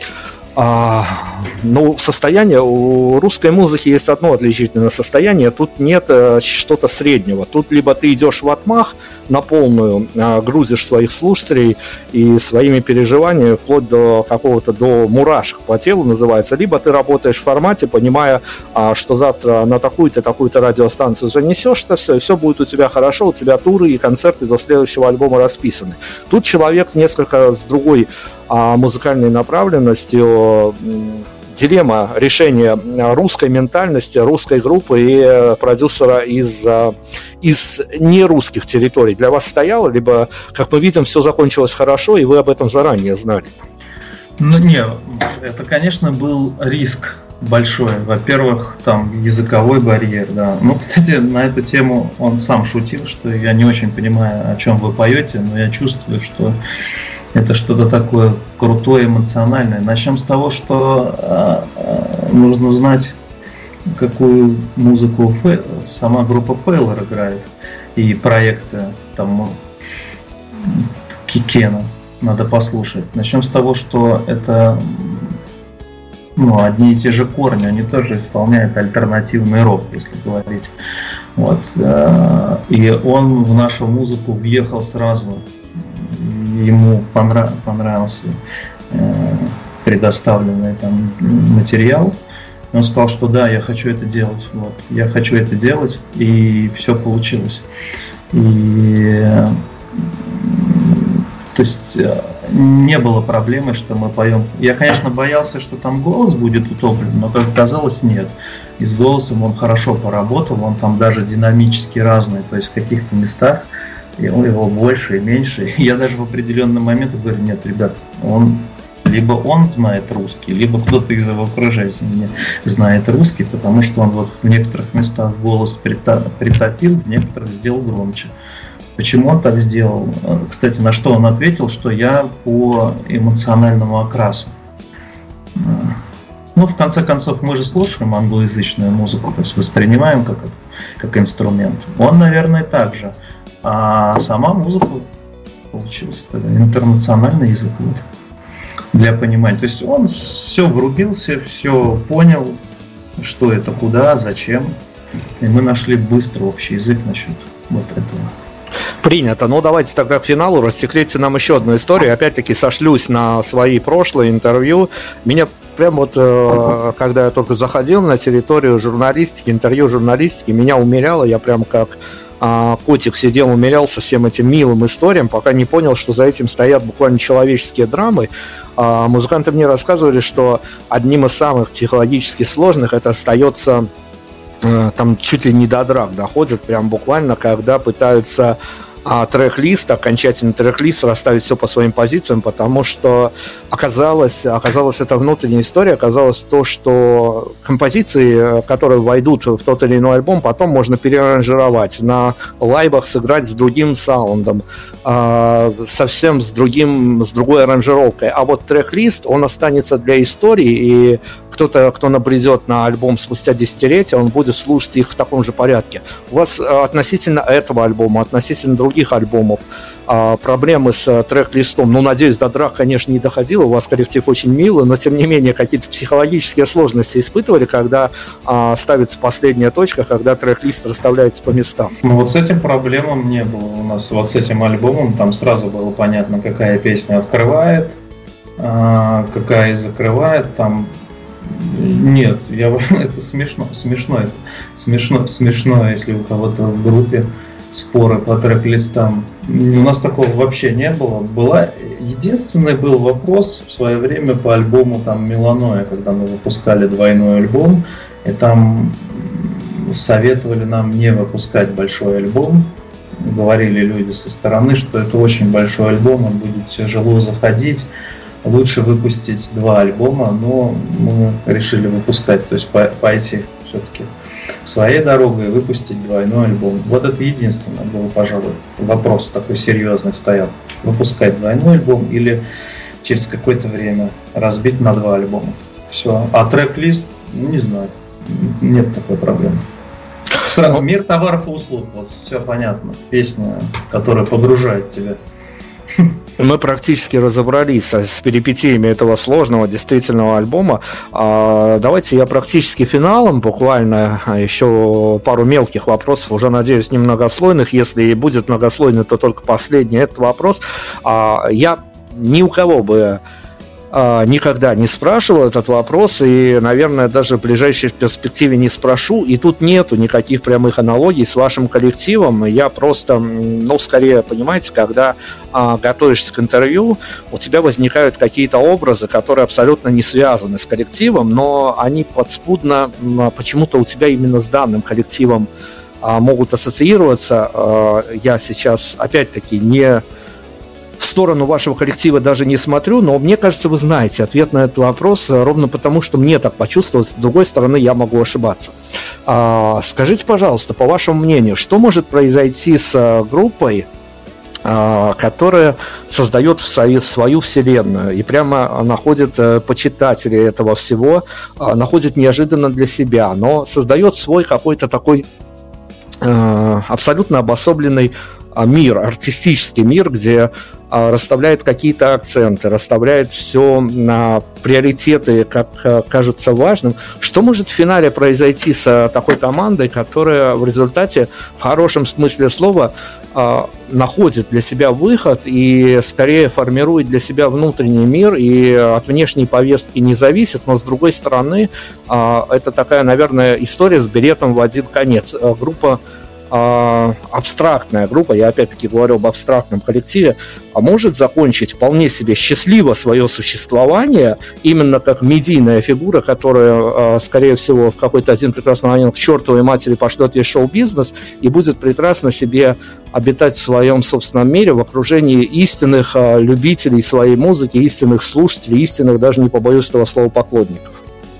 состояние у русской музыки есть одно отличительное состояние. Тут нет что-то среднего. Тут либо ты идешь в отмах на полную, грузишь своих слушателей и своими переживаниями вплоть до какого-то, до мурашек по телу называется, либо ты работаешь в формате, понимая, что завтра на такую-то радиостанцию занесешь это все, и все будет у тебя хорошо, у тебя туры и концерты до следующего альбома расписаны. Тут человек несколько с другой музыкальной направленностью. Дилемма решения русской ментальности, русской группы и продюсера из нерусских территорий для вас стояла, либо, как мы видим, все закончилось хорошо, и вы об этом заранее знали? Ну, нет, это, конечно, был риск большой. Во-первых, там языковой барьер, да. Ну, кстати, на эту тему он сам шутил, что я не очень понимаю, о чем вы поете, но я чувствую, что это что-то такое крутое, эмоциональное. Начнем с того, что нужно знать, какую музыку сама группа Фейлор играет, и проекты там Кикена надо послушать. Начнем с того, что это одни и те же корни, они тоже исполняют альтернативный рок, если говорить. Вот. И он в нашу музыку въехал сразу. Ему понравился предоставленный там материал. Он сказал, что да, я хочу это делать. Вот. Я хочу это делать, и все получилось. И то есть не было проблемы, что мы поем. Я, конечно, боялся, что там голос будет утоплен, но, как оказалось, нет. И с голосом он хорошо поработал, он там даже динамически разный, то есть в каких-то местах его больше и меньше. Я даже в определенный момент говорю, нет, ребят, либо он знает русский, либо кто-то из его окружения знает русский, потому что он вот в некоторых местах голос притопил, в некоторых сделал громче. Почему он так сделал? Кстати, на что он ответил, что я по эмоциональному окрасу. Ну, в конце концов, мы же слушаем англоязычную музыку, то есть воспринимаем как инструмент. Он, наверное, так же. А сама музыка получилась интернациональный язык. Вот, для понимания. То есть он все врубился, все понял, что это, куда, зачем. И мы нашли быстро общий язык насчет вот этого. Принято. Ну, давайте тогда к финалу. Рассекретьте нам еще одну историю. Опять-таки сошлюсь на свои прошлые интервью. Меня прям вот, когда я только заходил на территорию журналистики, интервью журналистики, меня умиляло. Я прям как котик сидел, умилялся всем этим милым историям, пока не понял, что за этим стоят буквально человеческие драмы. Музыканты мне рассказывали, что одним из самых психологически сложных это остается... Там чуть ли не до драк доходят, прям буквально, когда пытаются трек-лист, окончательный трек-лист расставить все по своим позициям, потому что оказалось, это внутренняя история, оказалось то, что композиции, которые войдут в тот или иной альбом, потом можно переаранжировать, на лайвах сыграть с другим саундом, совсем с другой аранжировкой, а вот трек-лист, он останется для истории, и кто-то, кто набредет на альбом спустя десятилетия, он будет слушать их в таком же порядке. У вас относительно этого альбома, относительно других альбомов проблемы с трек-листом? Ну, надеюсь, до драк, конечно, не доходило, у вас коллектив очень милый, но, тем не менее, какие-то психологические сложности испытывали, когда ставится последняя точка, когда трек-лист расставляется по местам? Ну, вот с этим проблемам не было у нас. Вот с этим альбомом там сразу было понятно, какая песня открывает, какая закрывает, там. Нет, это смешно, если у кого-то в группе споры по трек-листам. У нас такого вообще не было. Единственный был вопрос в свое время по альбому там «Меланоя», когда мы выпускали двойной альбом, и там советовали нам не выпускать большой альбом. Говорили люди со стороны, что это очень большой альбом, он будет тяжело заходить. Лучше выпустить 2 альбома, но мы решили выпускать, то есть пойти все-таки своей дорогой и выпустить двойной альбом. Вот это единственное было, пожалуй, вопрос такой серьезный стоял. Выпускать двойной альбом или через какое-то время разбить на 2 альбома. Все. А трек-лист, не знаю, нет такой проблемы. Сразу мир товаров и услуг, вот все понятно. Песня, которая погружает тебя. Мы практически разобрались с перипетиями этого сложного, действительного альбома. Давайте я практически финалом, буквально еще пару мелких вопросов, уже, надеюсь, не многослойных. Если и будет многослойный, то только последний этот вопрос. Я ни у кого бы никогда не спрашивал этот вопрос, и, наверное, даже в ближайшей перспективе не спрошу. И тут нету никаких прямых аналогий с вашим коллективом. Я просто, скорее, понимаете, когда готовишься к интервью, у тебя возникают какие-то образы, которые абсолютно не связаны с коллективом, но они подспудно почему-то у тебя именно с данным коллективом могут ассоциироваться. Я сейчас, опять-таки, не в сторону вашего коллектива даже не смотрю, но мне кажется, вы знаете ответ на этот вопрос, ровно потому, что мне так почувствовалось. С другой стороны, я могу ошибаться. Скажите, пожалуйста, по вашему мнению, что может произойти с группой, которая создает свою вселенную и прямо находит почитателей этого всего, находит неожиданно для себя, но создает свой какой-то такой абсолютно обособленный мир, артистический мир, где расставляет какие-то акценты, расставляет все на приоритеты, как кажется важным. Что может в финале произойти с такой командой, которая в результате, в хорошем смысле слова, находит для себя выход и скорее формирует для себя внутренний мир и от внешней повестки не зависит, но с другой стороны, это такая, наверное, история с билетом в один конец. Группа, абстрактная группа, я опять-таки говорю об абстрактном коллективе, может закончить вполне себе счастливо свое существование, именно как медийная фигура, которая, скорее всего, в какой-то один прекрасный момент к чертовой матери пошлет весь шоу-бизнес и будет прекрасно себе обитать в своем собственном мире в окружении истинных любителей своей музыки, истинных слушателей, истинных, даже не побоюсь этого слова, поклонников.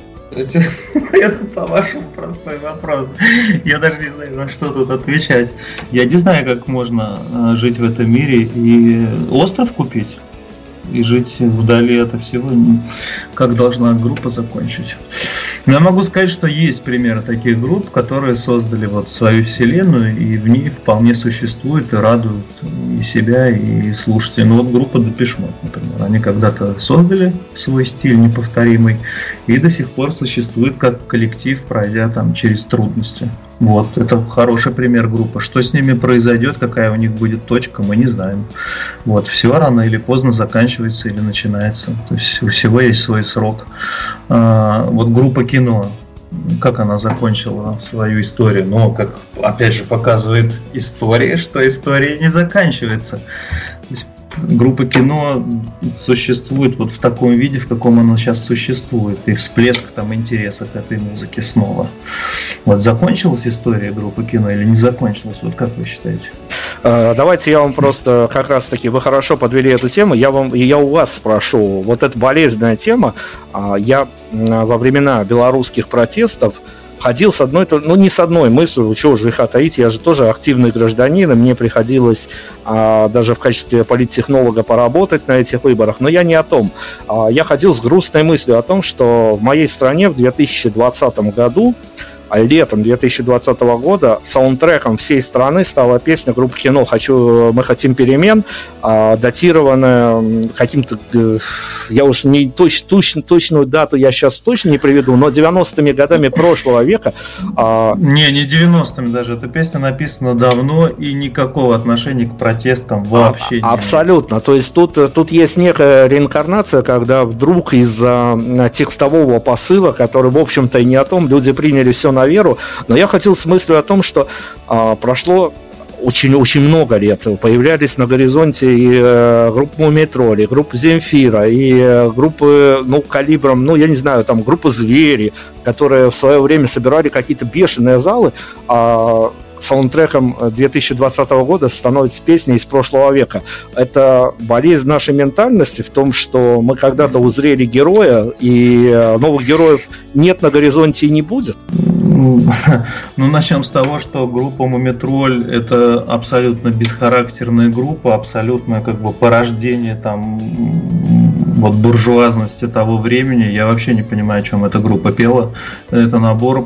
Это, по-вашему, простой вопрос. Я даже не знаю, на что тут отвечать. Я не знаю, как можно жить в этом мире и остров купить, и жить вдали от всего, как должна группа закончить. Но я могу сказать, что есть примеры таких групп, которые создали вот свою вселенную, и в ней вполне существуют и радуют и себя, и слушателей. Ну вот группа Depeche Mode, например, они когда-то создали свой стиль неповторимый, и до сих пор существует как коллектив, пройдя там через трудности. Вот, это хороший пример группы. Что с ними произойдет, какая у них будет точка, мы не знаем. Вот, все рано или поздно заканчивается или начинается. То есть у всего есть свой срок. Вот группа Кино, как она закончила свою историю? Но, как опять же показывает история, что история не заканчивается. То есть группа Кино существует вот в таком виде, в каком она сейчас существует, и всплеск там интереса к этой музыке снова. Вот закончилась история группы Кино или не закончилась? Вот как вы считаете? Давайте я вам просто как раз-таки, вы хорошо подвели эту тему, я у вас спрошу, вот эта болезненная тема, я во времена белорусских протестов ходил с одной, ну не с одной мыслью, чего же греха таить, я же тоже активный гражданин, и мне приходилось даже в качестве политтехнолога поработать на этих выборах, но я не о том. Я ходил с грустной мыслью о том, что в моей стране в 2020 году, летом 2020 года саундтреком всей страны стала песня группы Кино «Мы хотим перемен», датированная каким-то, я уж не точную дату я сейчас точно не приведу, но 90-ми годами прошлого века. Не 90-ми даже, эта песня написана давно и никакого отношения к протестам вообще нет. Абсолютно, то есть тут есть некая реинкарнация, когда вдруг из-за текстового посыла, который в общем-то и не о том, люди приняли все на веру, но я хотел с мыслью о том, что прошло очень много лет, появлялись на горизонте и группа Мумий-тролль, и группа Земфира, и группы, калибром, я не знаю, там группа Звери, которые в свое время собирали какие-то бешеные залы, саундтреком 2020 года становится песня из прошлого века. Это болезнь нашей ментальности в том, что мы когда-то узрели героя, и новых героев нет на горизонте и не будет. Начнем с того, что группа Мумий-тролль — это абсолютно бесхарактерная группа, абсолютно порождение там вот буржуазности того времени. Я вообще не понимаю, о чем эта группа пела. Это набор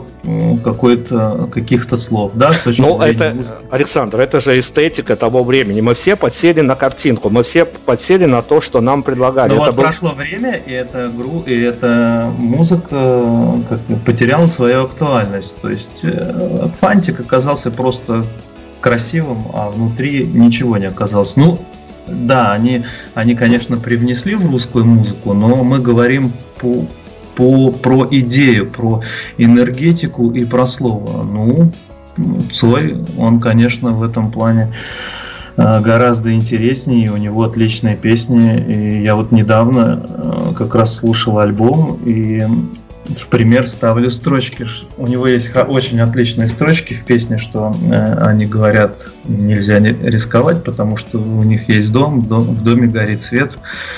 каких-то слов, да? Александр, это же эстетика того времени. Мы все подсели на картинку, мы все подсели на то, что нам предлагали. Прошло время, и эта музыка потеряла свою актуальность. То есть фантик оказался просто красивым, а внутри ничего не оказалось. Да, они, конечно, привнесли в русскую музыку, но мы говорим про идею, про энергетику и про слово. Цой, он, конечно, в этом плане гораздо интереснее, у него отличные песни. И я вот недавно как раз слушал альбом, и в пример ставлю строчки. У него есть очень отличные строчки в песне, что они говорят, нельзя рисковать, потому что у них есть дом, в доме горит свет.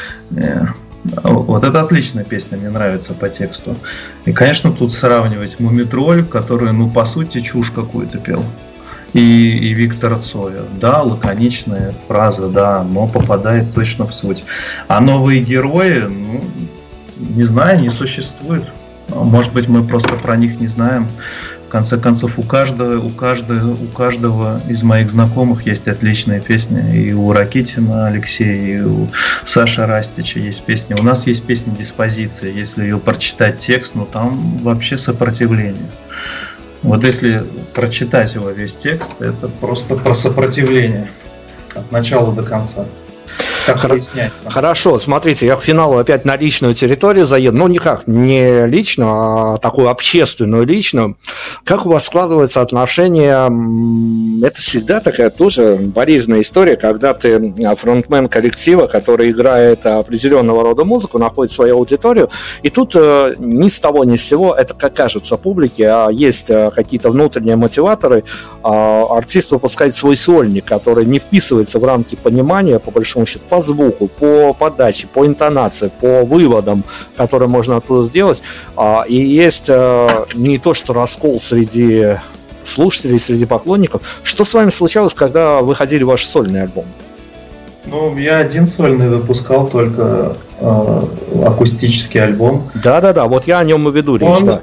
Вот это отличная песня, мне нравится по тексту. И, конечно, тут сравнивать Мумитроль, который, по сути, чушь какую-то пел, и Виктора Цоя. Да, лаконичная фраза, да, но попадает точно в суть. А новые герои, не знаю, не существует. Может быть, мы просто про них не знаем. В конце концов, у каждого из моих знакомых есть отличные песни. И у Ракитина Алексея, и у Саши Растича есть песни. У нас есть песня «Диспозиция». Если ее прочитать текст, там вообще сопротивление. Вот если прочитать его весь текст, это просто про сопротивление от начала до конца. Хорошо, смотрите, я к финалу опять на личную территорию заеду. Никак не лично, а такую общественную личную. Как у вас складываются отношения? Это всегда такая тоже болезненная история, когда ты фронтмен коллектива, который играет определенного рода музыку, находит свою аудиторию, и тут ни с того ни с сего, это как кажется публике, а есть какие-то внутренние мотиваторы, артист выпускает свой сольник, который не вписывается в рамки понимания, по большому счету, по звуку, по подаче, по интонации, по выводам, которые можно оттуда сделать. И есть не то, что раскол среди слушателей, среди поклонников. Что с вами случалось, когда выходили ваши сольные альбомы? Я один сольный выпускал, только акустический альбом. Да-да-да, вот я о нем и веду речь, да.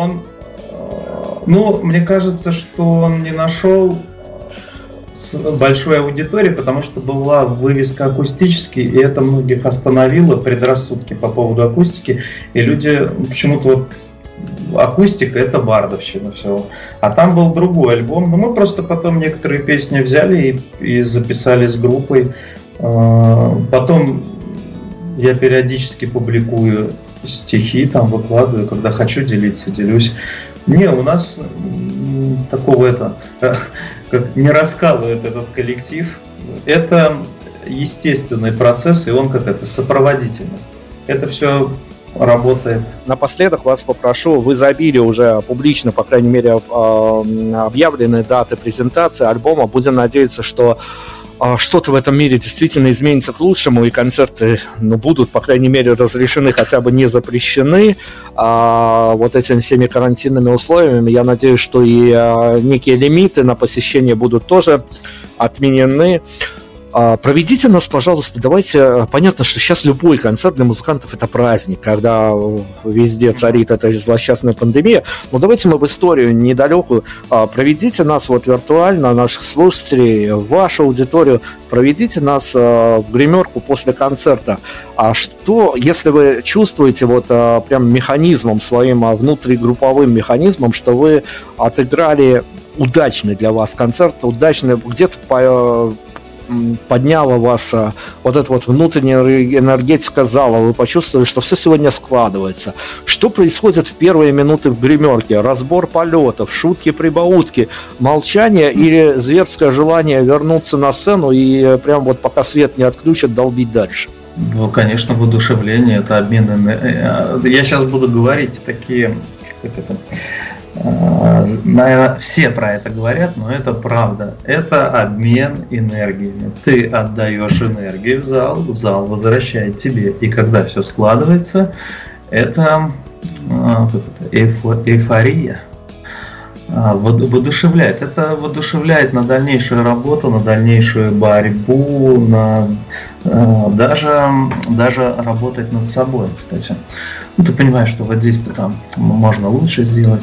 Мне кажется, что он не нашел большой аудитории, потому что была вывеска акустический, и это многих остановило, предрассудки по поводу акустики, и люди почему-то акустика — это бардовщина, все. А там был другой альбом, мы просто потом некоторые песни взяли и записали с группой. Потом я периодически публикую стихи, выкладываю, когда хочу делиться, делюсь. У нас такого как не раскалывает этот коллектив. Это естественный процесс, и он сопроводительный. Это все работает. Напоследок вас попрошу, вы забили уже публично, по крайней мере, объявленные даты презентации альбома. Будем надеяться, что что-то в этом мире действительно изменится к лучшему, и концерты будут, по крайней мере, разрешены, хотя бы не запрещены вот этими всеми карантинными условиями. Я надеюсь, что и некие лимиты на посещение будут тоже отменены. Проведите нас, пожалуйста, давайте, понятно, что сейчас любой концерт для музыкантов — это праздник, когда везде царит эта злосчастная пандемия, но давайте мы в историю недалекую, проведите нас виртуально, наших слушателей, вашу аудиторию, проведите нас в гримерку после концерта. А что, если вы чувствуете прям механизмом, своим внутригрупповым механизмом, что вы отыграли удачный для вас концерт, удачный, где-то подняла вас эта внутренняя энергетика зала, вы почувствовали, что все сегодня складывается. Что происходит в первые минуты в гримерке? Разбор полетов, шутки-прибаутки, молчание или зверское желание вернуться на сцену и прям пока свет не отключат, долбить дальше? Конечно, воодушевление, это обмен энергией. Я сейчас буду говорить такие, наверное, все про это говорят, но это правда. Это обмен энергиями. Ты отдаешь энергию в зал возвращает тебе. И когда все складывается, это эйфория. Воодушевляет. Это воодушевляет на дальнейшую работу, на дальнейшую борьбу, даже работать над собой, кстати. Ты понимаешь, что здесь-то там можно лучше сделать.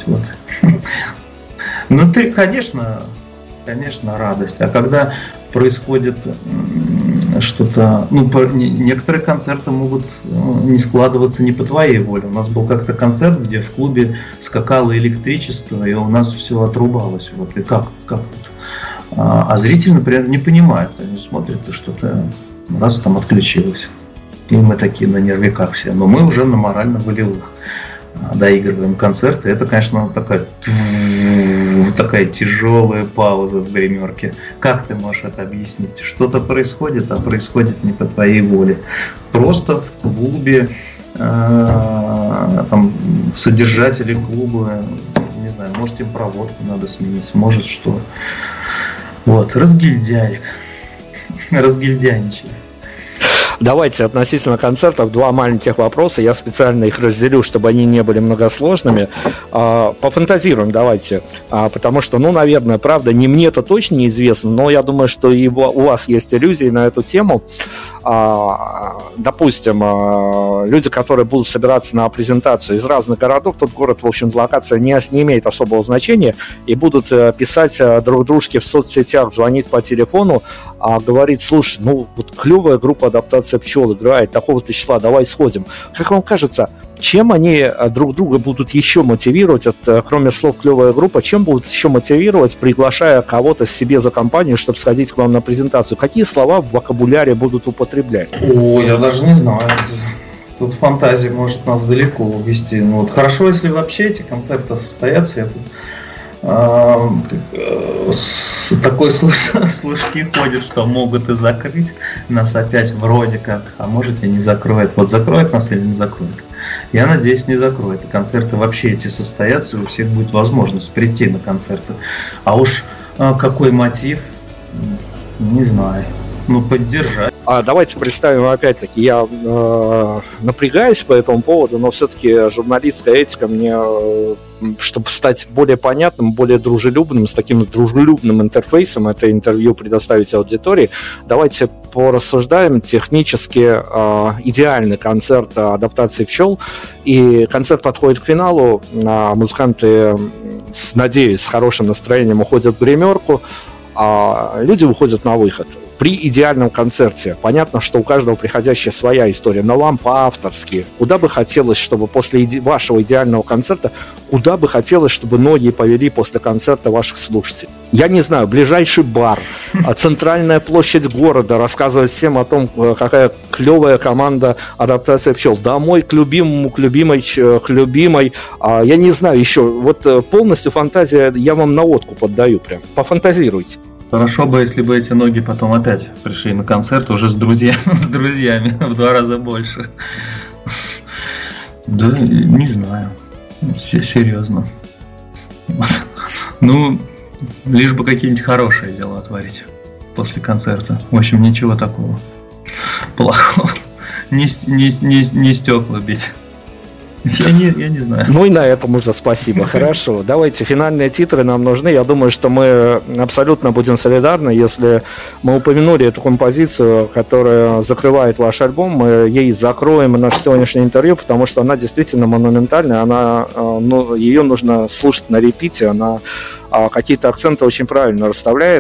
Ты, конечно, радость. А когда происходит что-то, некоторые концерты могут не складываться не по твоей воле. У нас был как-то концерт, где в клубе скакало электричество, и у нас все отрубалось. И как тут? А зрители, например, не понимают. Они смотрят, и что-то раз там отключилось. И мы такие на нервиках все. Но мы уже на морально-волевых доигрываем концерты. Это, конечно, такая тяжелая пауза в гримерке. Как ты можешь это объяснить? Что-то происходит, а происходит не по твоей воле. Просто в клубе там, содержатели клуба, не знаю, может им проводку надо сменить, может что. Вот, разгильдяек. Разгильдяничали. Давайте относительно концертов два маленьких вопроса. Я специально их разделю, чтобы они не были многосложными. Пофантазируем давайте. Потому что, наверное, правда, не мне-то точно неизвестно, но я думаю, что и у вас есть иллюзии на эту тему. Допустим, люди, которые будут собираться на презентацию из разных городов, тот город, в общем, локация не имеет особого значения, и будут писать друг дружке в соцсетях, звонить по телефону, говорить: слушай, вот клевая группа «Адаптация пчел» играет такого-то числа, давай сходим. Как вам кажется, чем они друг друга будут еще мотивировать, кроме слов «клевая группа», чем будут еще мотивировать, приглашая кого-то себе за компанию, чтобы сходить к вам на презентацию? Какие слова в вокабуляре будут употреблять? Я даже не знаю. Тут фантазия может нас далеко увести. Вот хорошо, если вообще эти концерты состоятся. Я такой слушки ходят, что могут и закрыть нас опять вроде как, а может и не закроют. Вот закроют нас или не закроют? Я надеюсь, не закроют. И концерты вообще эти состоятся, и у всех будет возможность прийти на концерты. А уж какой мотив, не знаю. Поддержать. Давайте представим, опять-таки, я напрягаюсь по этому поводу, но все-таки журналистская этика мне, чтобы стать более понятным, более дружелюбным, с таким дружелюбным интерфейсом это интервью предоставить аудитории, давайте порассуждаем технически идеальный концерт адаптации пчел. И концерт подходит к финалу, музыканты, надеюсь, с хорошим настроением уходят в гримерку, а люди уходят на выход. При идеальном концерте понятно, что у каждого приходящая своя история, но вам по-авторски. Куда бы хотелось, чтобы после вашего идеального концерта, куда бы хотелось, чтобы ноги повели после концерта ваших слушателей? Я не знаю, ближайший бар, центральная площадь города, рассказывать всем о том, какая клевая команда «Адаптация пчел». Домой к любимому, к любимой. Я не знаю еще, вот полностью фантазия, я вам наводку поддаю прям. Пофантазируйте. Хорошо бы, если бы эти ноги потом опять пришли на концерт уже с друзьями в 2 раза больше. Да, не знаю. Серьезно. Лишь бы какие-нибудь хорошие дела творить после концерта. В общем, ничего такого плохого. Не стекла бить. Я не знаю. И на этом уже спасибо. Хорошо. Давайте, финальные титры нам нужны. Я думаю, что мы абсолютно будем солидарны, если мы упомянули эту композицию, которая закрывает ваш альбом. Мы ей закроем наше сегодняшнее интервью, потому что она действительно монументальная. Ее нужно слушать на репите. Она какие-то акценты очень правильно расставляет.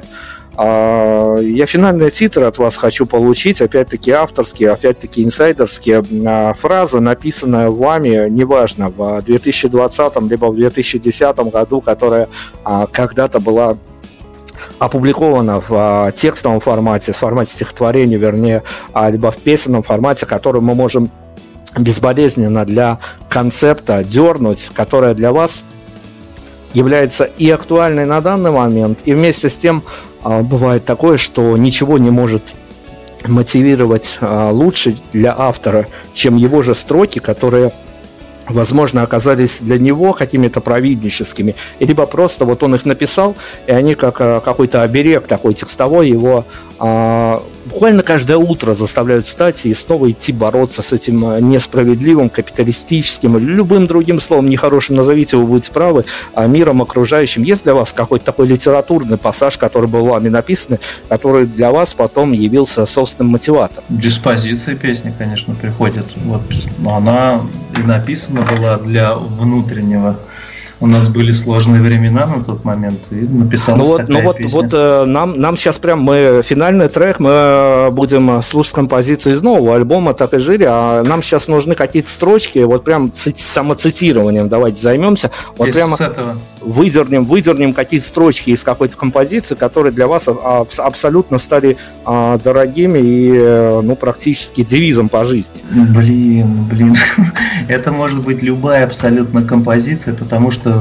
Я финальные титры от вас хочу получить, опять-таки авторские, опять-таки инсайдерские. Фраза, написанная вами, неважно, в 2020 либо в 2010 году, которая когда-то была опубликована в текстовом формате, в формате стихотворения, вернее, либо в песенном формате, который мы можем безболезненно для концепта дернуть, которая для вас является и актуальной на данный момент, и вместе с тем бывает такое, что ничего не может мотивировать лучше для автора, чем его же строки, которые, возможно, оказались для него какими-то провидническими, либо просто вот он их написал, и они как какой-то оберег такой текстовой его буквально каждое утро заставляют встать и снова идти бороться с этим несправедливым, капиталистическим, любым другим словом нехорошим, назовите, вы будете правы, миром окружающим. Есть для вас какой-то такой литературный пассаж, который был вами написан, который для вас потом явился собственным мотиватором? Диспозиция песни, конечно, приходит. Вот она и написана была для внутреннего. У нас были сложные времена на тот момент, и написалась такая песня. Нам сейчас прям финальный трек, мы будем слушать композицию из нового альбома «Так и жили», а нам сейчас нужны какие-то строчки, вот прям самоцитированием давайте займемся. Вот прямо выдернем какие-то строчки из какой-то композиции, которые для вас абсолютно стали дорогими и практически девизом по жизни. Блин. Это может быть любая абсолютно композиция, потому что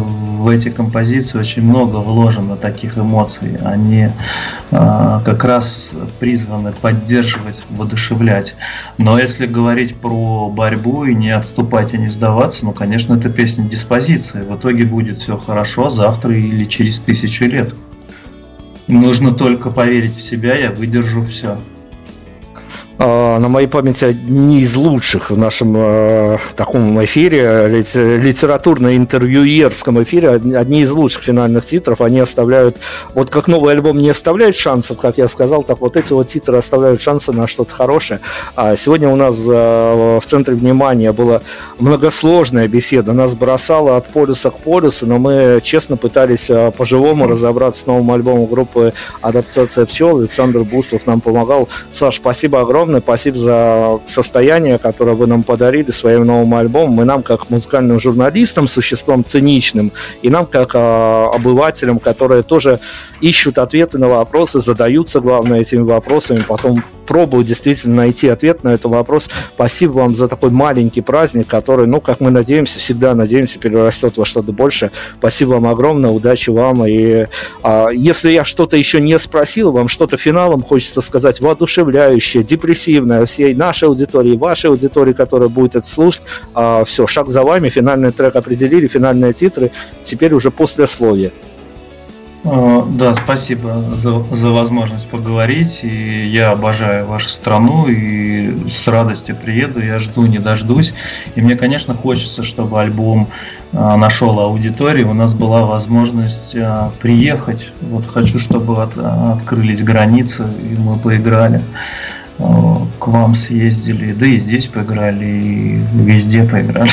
в эти композиции очень много вложено таких эмоций. Они как раз призваны поддерживать, воодушевлять. Но если говорить про борьбу и не отступать и не сдаваться, конечно, это песня диспозиции. В итоге будет все хорошо завтра или через 1000 лет. Нужно только поверить в себя, я выдержу все. На моей памяти одни из лучших в нашем таком эфире, литературно-интервьюерском эфире, одни из лучших финальных титров. Они оставляют, вот как новый альбом не оставляет шансов, как я сказал, так вот эти вот титры оставляют шансы на что-то хорошее. Сегодня у нас в центре внимания была многосложная беседа, нас бросало от полюса к полюсу, но мы честно пытались по-живому разобраться с новым альбомом группы «Адаптация пчел». Александр Буслов нам помогал. Саш, спасибо огромное. Спасибо за состояние, которое вы нам подарили своим новым альбомом, и нам, как музыкальным журналистам, существом циничным, и нам, как обывателям, которые тоже ищут ответы на вопросы, задаются, главное, этими вопросами, потом пробуют действительно найти ответ на этот вопрос. Спасибо вам за такой маленький праздник, который, как мы надеемся, всегда надеемся, перерастет во что-то большее. Спасибо вам огромное, удачи вам. И если я что-то еще не спросил, вам что-то финалом хочется сказать воодушевляющее, депрессивное всей нашей аудитории, вашей аудитории, которая будет это слушать. Все, шаг за вами, финальный трек определили, финальные титры, теперь уже послесловие. Да, спасибо за возможность поговорить. И я обожаю вашу страну и с радостью приеду. Я жду, не дождусь. И мне, конечно, хочется, чтобы альбом нашел аудиторию. У нас была возможность приехать. Вот хочу, чтобы открылись границы, и мы поиграли. К вам съездили, да и здесь поиграли, и везде поиграли.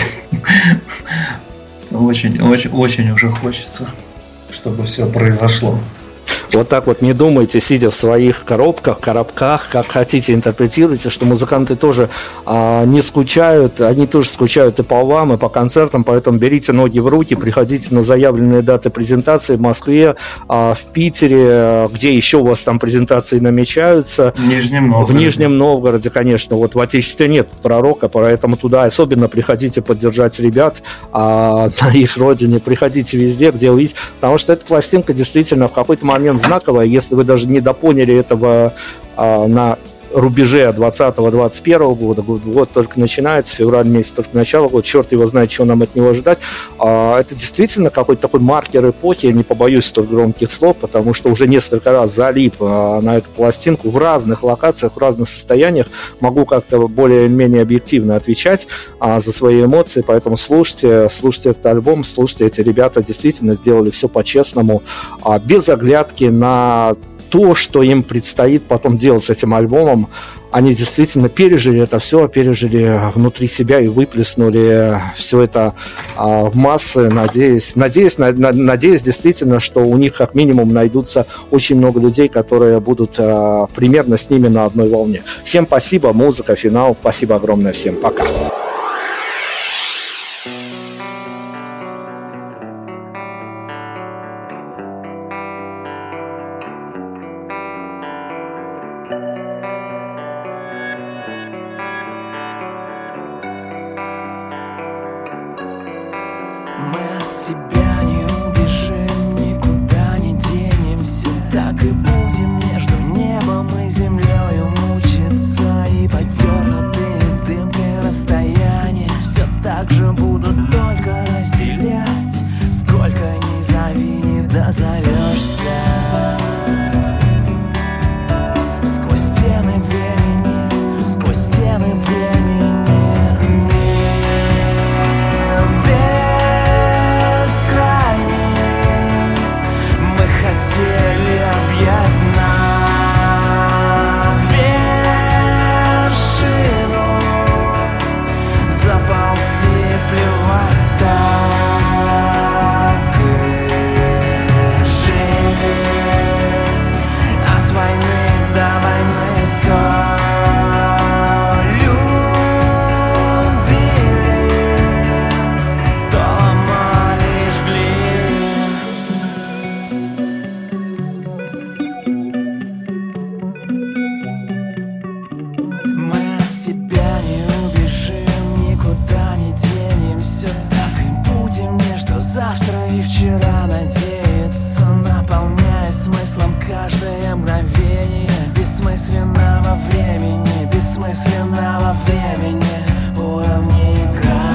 Очень, очень, очень уже хочется, чтобы все произошло. Вот так вот не думайте, сидя в своих коробках, как хотите интерпретируйте, что музыканты тоже не скучают, они тоже скучают и по вам, и по концертам, поэтому берите ноги в руки, приходите на заявленные даты презентации в Москве, в Питере, где еще у вас там презентации намечаются. В Нижнем Новгороде. В Нижнем Новгороде, конечно. Вот в Отечестве нет пророка, поэтому туда особенно приходите поддержать ребят на их родине, приходите везде, где увидите, потому что эта пластинка действительно в какой-то момент знаковая, если вы даже не допоняли этого на рубеже 2020-2021 года, год только начинается, февраль месяц только начало года, черт его знает, чего нам от него ожидать. Это действительно какой-то такой маркер эпохи, я не побоюсь столь громких слов, потому что уже несколько раз залип на эту пластинку в разных локациях, в разных состояниях, могу как-то более-менее объективно отвечать за свои эмоции, поэтому слушайте этот альбом, слушайте, эти ребята действительно сделали все по-честному, без оглядки на то, что им предстоит потом делать с этим альбомом. Они действительно пережили это все, пережили внутри себя и выплеснули все это в массы, надеясь действительно, что у них как минимум найдутся очень много людей, которые будут примерно с ними на одной волне. Всем спасибо, музыка, финал. Спасибо огромное всем. Пока. Себя не убежим, никуда не денемся. Так и будем между небом и землею мучиться. И потертые дымкой расстояния все так же будут только разделять. Сколько ни зови, не дозовешься. Сквозь стены времени, сквозь стены времени. Хотели объять на вершину, заползти, плевать так и жили. вчера надеяться, наполняя смыслом каждое мгновение бессмысленного времени, бессмысленного времени. Уровни игра.